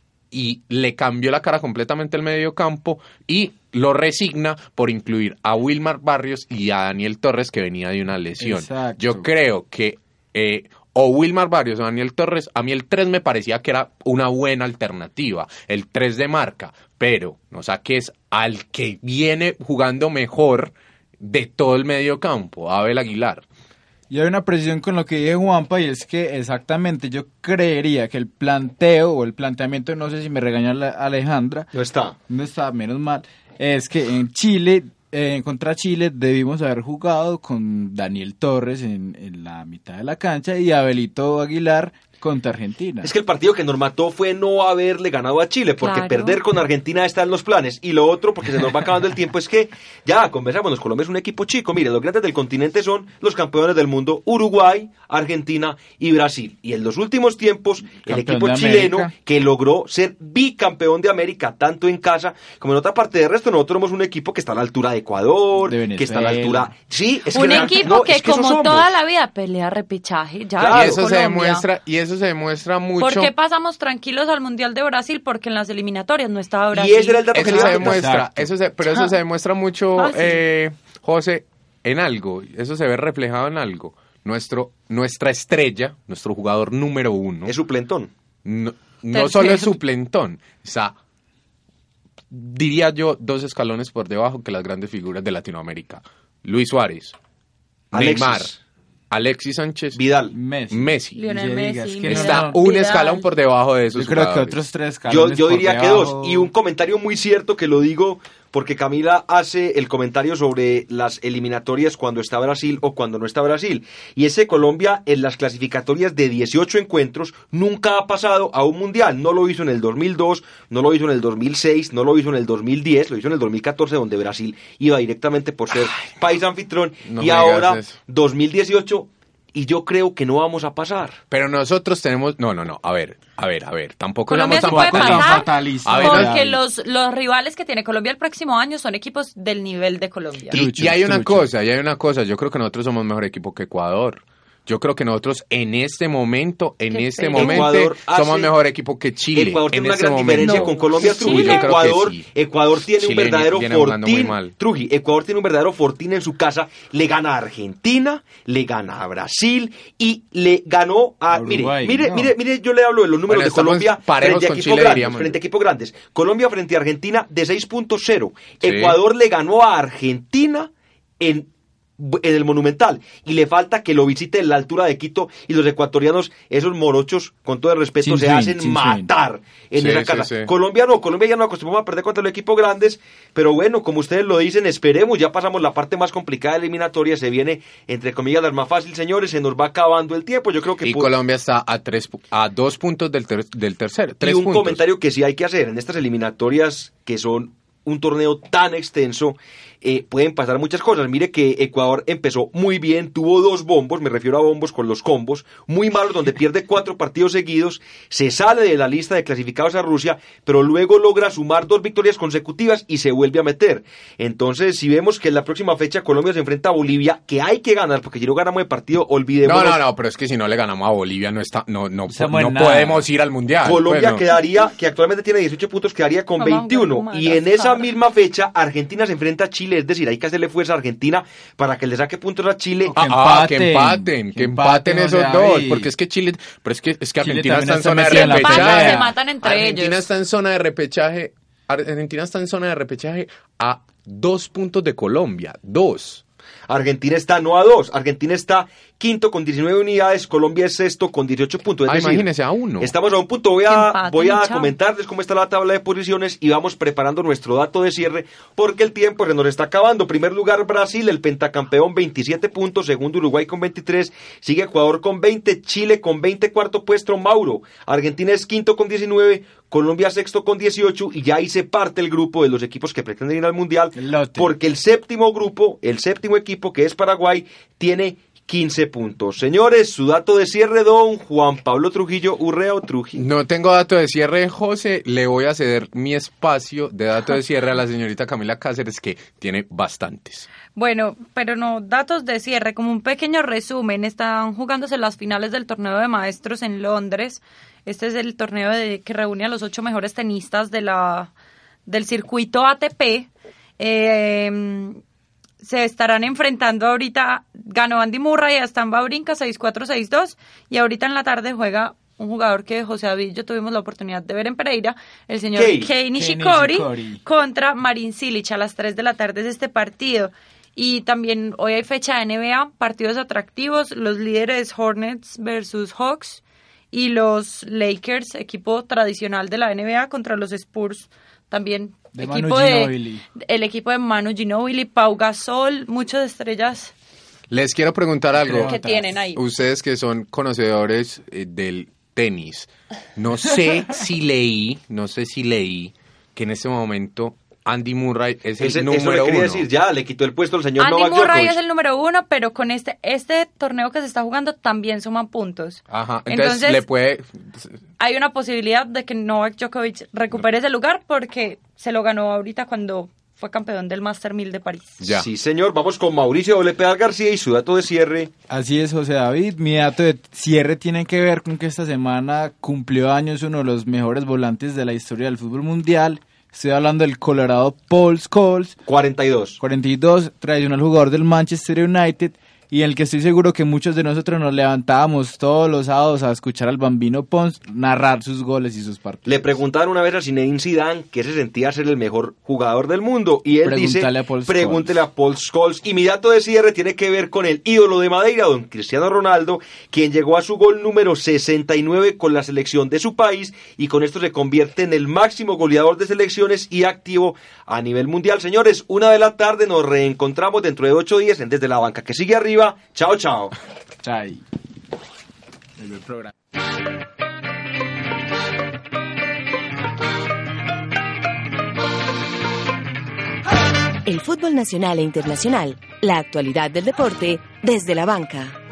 S5: Y le cambió la cara completamente el mediocampo y lo resigna por incluir a Wilmar Barrios y a Daniel Torres, que venía de una lesión.
S6: Exacto.
S5: Yo creo que eh, o Wilmar Barrios o Daniel Torres, a mí el tres me parecía que era una buena alternativa, el tres de marca, pero no saques al que viene jugando mejor de todo el mediocampo, Abel Aguilar.
S6: Y hay una precisión con lo que dije Juanpa, y es que exactamente yo creería que el planteo o el planteamiento, no sé si me regaña la Alejandra,
S3: no está,
S6: no está, menos mal, es que en Chile, eh, contra Chile debimos haber jugado con Daniel Torres en, en la mitad de la cancha y Abelito Aguilar contra Argentina.
S3: Es que el partido que nos mató fue no haberle ganado a Chile, porque
S4: Claro.
S3: perder con Argentina está en los planes. Y lo otro, porque se nos va acabando el tiempo, es que ya conversámonos, Colombia es un equipo chico. Mire, los grandes del continente son los campeones del mundo, Uruguay, Argentina y Brasil. Y en los últimos tiempos, el
S6: Campeón
S3: equipo
S6: de
S3: chileno
S6: América.
S3: que logró ser bicampeón de América, tanto en casa como en otra parte. De resto, nosotros somos un equipo que está a la altura de Ecuador,
S6: De
S3: que está a la
S6: Venezuela.
S3: altura... Sí, es
S4: Un
S3: que
S4: equipo
S3: no,
S4: que
S3: es que eso
S4: como
S3: somos.
S4: toda la vida pelea repechaje. Ya
S3: Claro.
S5: Y eso se
S4: Colombia.
S5: demuestra, y eso se demuestra mucho.
S4: ¿Por qué pasamos tranquilos al Mundial de Brasil? Porque en las eliminatorias no estaba Brasil.
S3: Y ese era el dato que
S5: Eso
S3: le
S5: se
S3: iba a contar.
S5: demuestra,
S6: Exacto.
S5: eso se, pero eso se demuestra mucho,
S4: Ah, sí.
S5: eh, José, en algo. Eso se ve reflejado en algo. Nuestro, nuestra estrella, nuestro jugador número uno,
S3: Es suplentón.
S5: no, no
S4: Tercero.
S5: solo es suplentón, o sea, diría yo dos escalones por debajo que las grandes figuras de Latinoamérica. Luis Suárez,
S3: Alexis.
S5: Neymar, Alexis Sánchez,
S3: Vidal.
S6: Messi.
S5: Messi.
S4: Lionel
S6: Y digas
S4: Messi,
S6: que no,
S5: Está
S6: no,
S5: un
S4: Vidal.
S5: escalón por debajo de esos
S6: Yo creo que
S5: jugadores.
S6: otros tres
S3: Yo,
S6: escalones
S3: yo
S6: por
S3: diría que
S6: debajo.
S3: dos. Y un comentario muy cierto que lo digo porque Camila hace el comentario sobre las eliminatorias cuando está Brasil o cuando no está Brasil. Y ese Colombia en las clasificatorias de dieciocho encuentros nunca ha pasado a un mundial. No lo hizo en el dos mil dos, no lo hizo en el dos mil seis, no lo hizo en el dos mil diez, lo hizo en el dos mil catorce donde Brasil iba directamente por ser país anfitrión.
S5: no
S3: y
S5: me digas
S3: ahora
S5: eso.
S3: dos mil dieciocho y yo creo que no vamos a pasar.
S5: Pero nosotros tenemos... No, no, no. A ver, a ver, a ver. Tampoco
S4: Colombia
S5: somos
S4: sí puede
S5: tampoco...
S6: tan
S4: pasar
S6: fatalista.
S5: A ver,
S4: porque
S6: no.
S4: los, los rivales que tiene Colombia el próximo año son equipos del nivel de Colombia.
S5: Y,
S6: Truchos,
S5: y hay una
S6: truchos.
S5: cosa, y hay una cosa. Yo creo que nosotros somos mejor equipo que Ecuador. Yo creo que nosotros en este momento, en
S4: Qué
S5: este
S4: pena.
S5: momento,
S3: Ecuador hace-
S5: somos mejor equipo que Chile.
S3: Ecuador
S5: en
S3: tiene una
S5: este
S3: gran
S5: momento.
S3: diferencia
S4: No.
S3: con Colombia,
S4: Sí,
S3: Trujillo.
S4: yo creo que
S3: Ecuador,
S5: sí.
S3: Ecuador tiene
S5: Chile
S3: un verdadero
S5: viene jugando muy
S3: fortín.
S5: mal.
S3: Trujillo, Ecuador tiene un verdadero fortín en su casa. Le gana a Argentina, le gana a Brasil y le ganó a.
S6: A Uruguay,
S3: mire, mire,
S6: no.
S3: mire, mire, yo le hablo de los números
S5: Bueno,
S3: de
S5: estamos
S3: Colombia
S5: parejos
S3: frente a
S5: con
S3: equipos
S5: Chile,
S3: grandes,
S5: diríamos.
S3: frente a equipos grandes. Colombia frente a Argentina de seis punto cero.
S5: Sí.
S3: Ecuador le ganó a Argentina en en el Monumental y le falta que lo visite en la altura de Quito y los ecuatorianos, esos morochos, con todo el respeto,
S6: Sin
S3: se
S6: swing,
S3: hacen
S6: sin
S3: matar en
S5: Sí,
S3: esa
S5: sí,
S3: casa.
S5: sí.
S3: Colombia no, Colombia ya no acostumbramos a perder contra los equipos grandes, pero bueno, como ustedes lo dicen, esperemos, ya pasamos la parte más complicada de la eliminatoria, se viene, entre comillas, la más fácil, señores, se nos va acabando el tiempo, yo creo que...
S5: Y
S3: pu-
S5: Colombia está a tres, pu- a dos puntos del, ter- del tercero.
S3: y
S5: Tres
S3: un
S5: puntos.
S3: comentario que sí hay que hacer, en estas eliminatorias que son un torneo tan extenso, eh, pueden pasar muchas cosas. Mire que Ecuador empezó muy bien, tuvo dos bombos, me refiero a bombos con los combos, muy malos, donde pierde cuatro partidos seguidos, se sale de la lista de clasificados a Rusia, pero luego logra sumar dos victorias consecutivas y se vuelve a meter. Entonces, si vemos que en la próxima fecha Colombia se enfrenta a Bolivia, que hay que ganar, porque si no ganamos el partido, olvidemos.
S5: No, no, no, pero es que si no le ganamos a Bolivia no está, no, no,
S6: Estamos
S5: no
S6: en nada.
S5: podemos ir al mundial.
S3: Colombia
S5: Pues no.
S3: quedaría, que actualmente tiene dieciocho puntos, quedaría con
S4: Vamos a
S3: veintiuno.
S4: jugar con
S3: Y en esa
S4: Madagascar.
S3: misma fecha, Argentina se enfrenta a Chile. Es decir, hay que hacerle fuerza a Argentina para que le saque puntos a Chile.
S5: Ah,
S6: Que
S5: ah, que
S6: empaten,
S5: empaten, que
S6: que
S5: empaten
S6: empaten,
S5: esos
S6: o sea,
S5: dos,
S6: y-
S5: porque es que Chile, pero es que es que
S6: Chile
S5: Argentina
S6: también
S5: está en
S6: está
S5: zona de
S6: metido en la
S4: Empatan,
S5: repechaje.
S4: se matan entre
S5: Argentina
S4: ellos.
S5: está en zona de repechaje. Argentina está en zona de repechaje a dos puntos de Colombia, dos.
S3: Argentina está no a dos. Argentina está quinto con diecinueve unidades. Colombia es sexto con dieciocho puntos. Es
S5: Ah,
S3: decir,
S5: imagínese a uno.
S3: Estamos a un punto. Voy
S4: Que
S3: a,
S4: empaten
S3: voy a
S4: y chao.
S3: comentarles cómo está la tabla de posiciones y vamos preparando nuestro dato de cierre porque el tiempo se nos está acabando. Primer lugar Brasil, el pentacampeón, veintisiete puntos. Segundo Uruguay con veintitrés. Sigue Ecuador con veinte. Chile con veinte. Cuarto puesto Mauro. Argentina es quinto con diecinueve. Colombia sexto con dieciocho. Y ya ahí se parte el grupo de los equipos que pretenden ir al Mundial.
S6: El lote.
S3: Porque el séptimo grupo, el séptimo equipo que es Paraguay, tiene quince puntos. Señores, su dato de cierre, don Juan Pablo Trujillo Urrea o Trujillo.
S5: No tengo dato de cierre, José. Le voy a ceder mi espacio de dato de cierre a la señorita Camila Cáceres, que tiene bastantes.
S4: Bueno, pero no, datos de cierre, como un pequeño resumen, están jugándose las finales del torneo de maestros en Londres. Este es el torneo de, que reúne a los ocho mejores tenistas de la, del circuito A T P. Eh, se estarán enfrentando ahorita, ganó Andy Murray a Stan Wawrinka seis cuatro seis dos y ahorita en la tarde juega un jugador que José David y yo tuvimos la oportunidad de ver en Pereira, el señor
S3: Kei.
S4: Kei
S6: Kei
S4: Nishikori,
S6: Nishikori.
S4: contra Marin Cilic a las tres de la tarde es este partido. Y también hoy hay fecha de N B A, partidos atractivos, los líderes Hornets versus Hawks y los Lakers, equipo tradicional de la N B A, contra los Spurs, también
S6: De
S4: equipo
S6: Manu
S4: de
S6: Ginóbili.
S4: el equipo de Manu Ginóbili, Pau Gasol, muchas estrellas
S5: Les quiero preguntar algo.
S4: que tienen ahí.
S5: Ustedes que son conocedores eh, del tenis. No sé si leí, no sé si leí que en este momento Andy Murray es el
S3: Ese,
S5: número
S3: eso le quería
S5: uno.
S3: decir, ya, le quitó el puesto al señor
S4: Andy
S3: Novak
S4: Murray
S3: Djokovic.
S4: es el número uno, pero con este este torneo que se está jugando también suman puntos.
S5: Ajá, entonces,
S4: Entonces,
S5: le puede...
S4: Hay una posibilidad de que Novak Djokovic recupere ese lugar porque se lo ganó ahorita cuando fue campeón del Master mil de París.
S5: Ya.
S3: Sí, señor, vamos con Mauricio W. Pedal García y su dato de cierre.
S6: Así es, José David. Mi dato de cierre tiene que ver con que esta semana cumplió años uno de los mejores volantes de la historia del fútbol mundial. Estoy hablando del Colorado Paul Scholes,
S3: cuarenta y dos.
S6: cuarenta y dos, tradicional jugador del Manchester United, y en el que estoy seguro que muchos de nosotros nos levantábamos todos los sábados a escuchar al Bambino Pons narrar sus goles y sus partidos.
S3: Le preguntaron una vez a Zinedine Zidane que se sentía ser el mejor jugador del mundo y él dice,
S6: Pregúntale a Paul Scholes.
S3: pregúntele a Paul Scholes. Y mi dato de cierre tiene que ver con el ídolo de Madeira, don Cristiano Ronaldo, quien llegó a su gol número sesenta y nueve con la selección de su país y con esto se convierte en el máximo goleador de selecciones y activo a nivel mundial. Señores, una de la tarde, nos reencontramos dentro de ocho días en Desde la Banca, que sigue arriba. Chao, chao.
S6: Chai. El buen programa.
S1: El fútbol nacional e internacional, la actualidad del deporte desde la banca.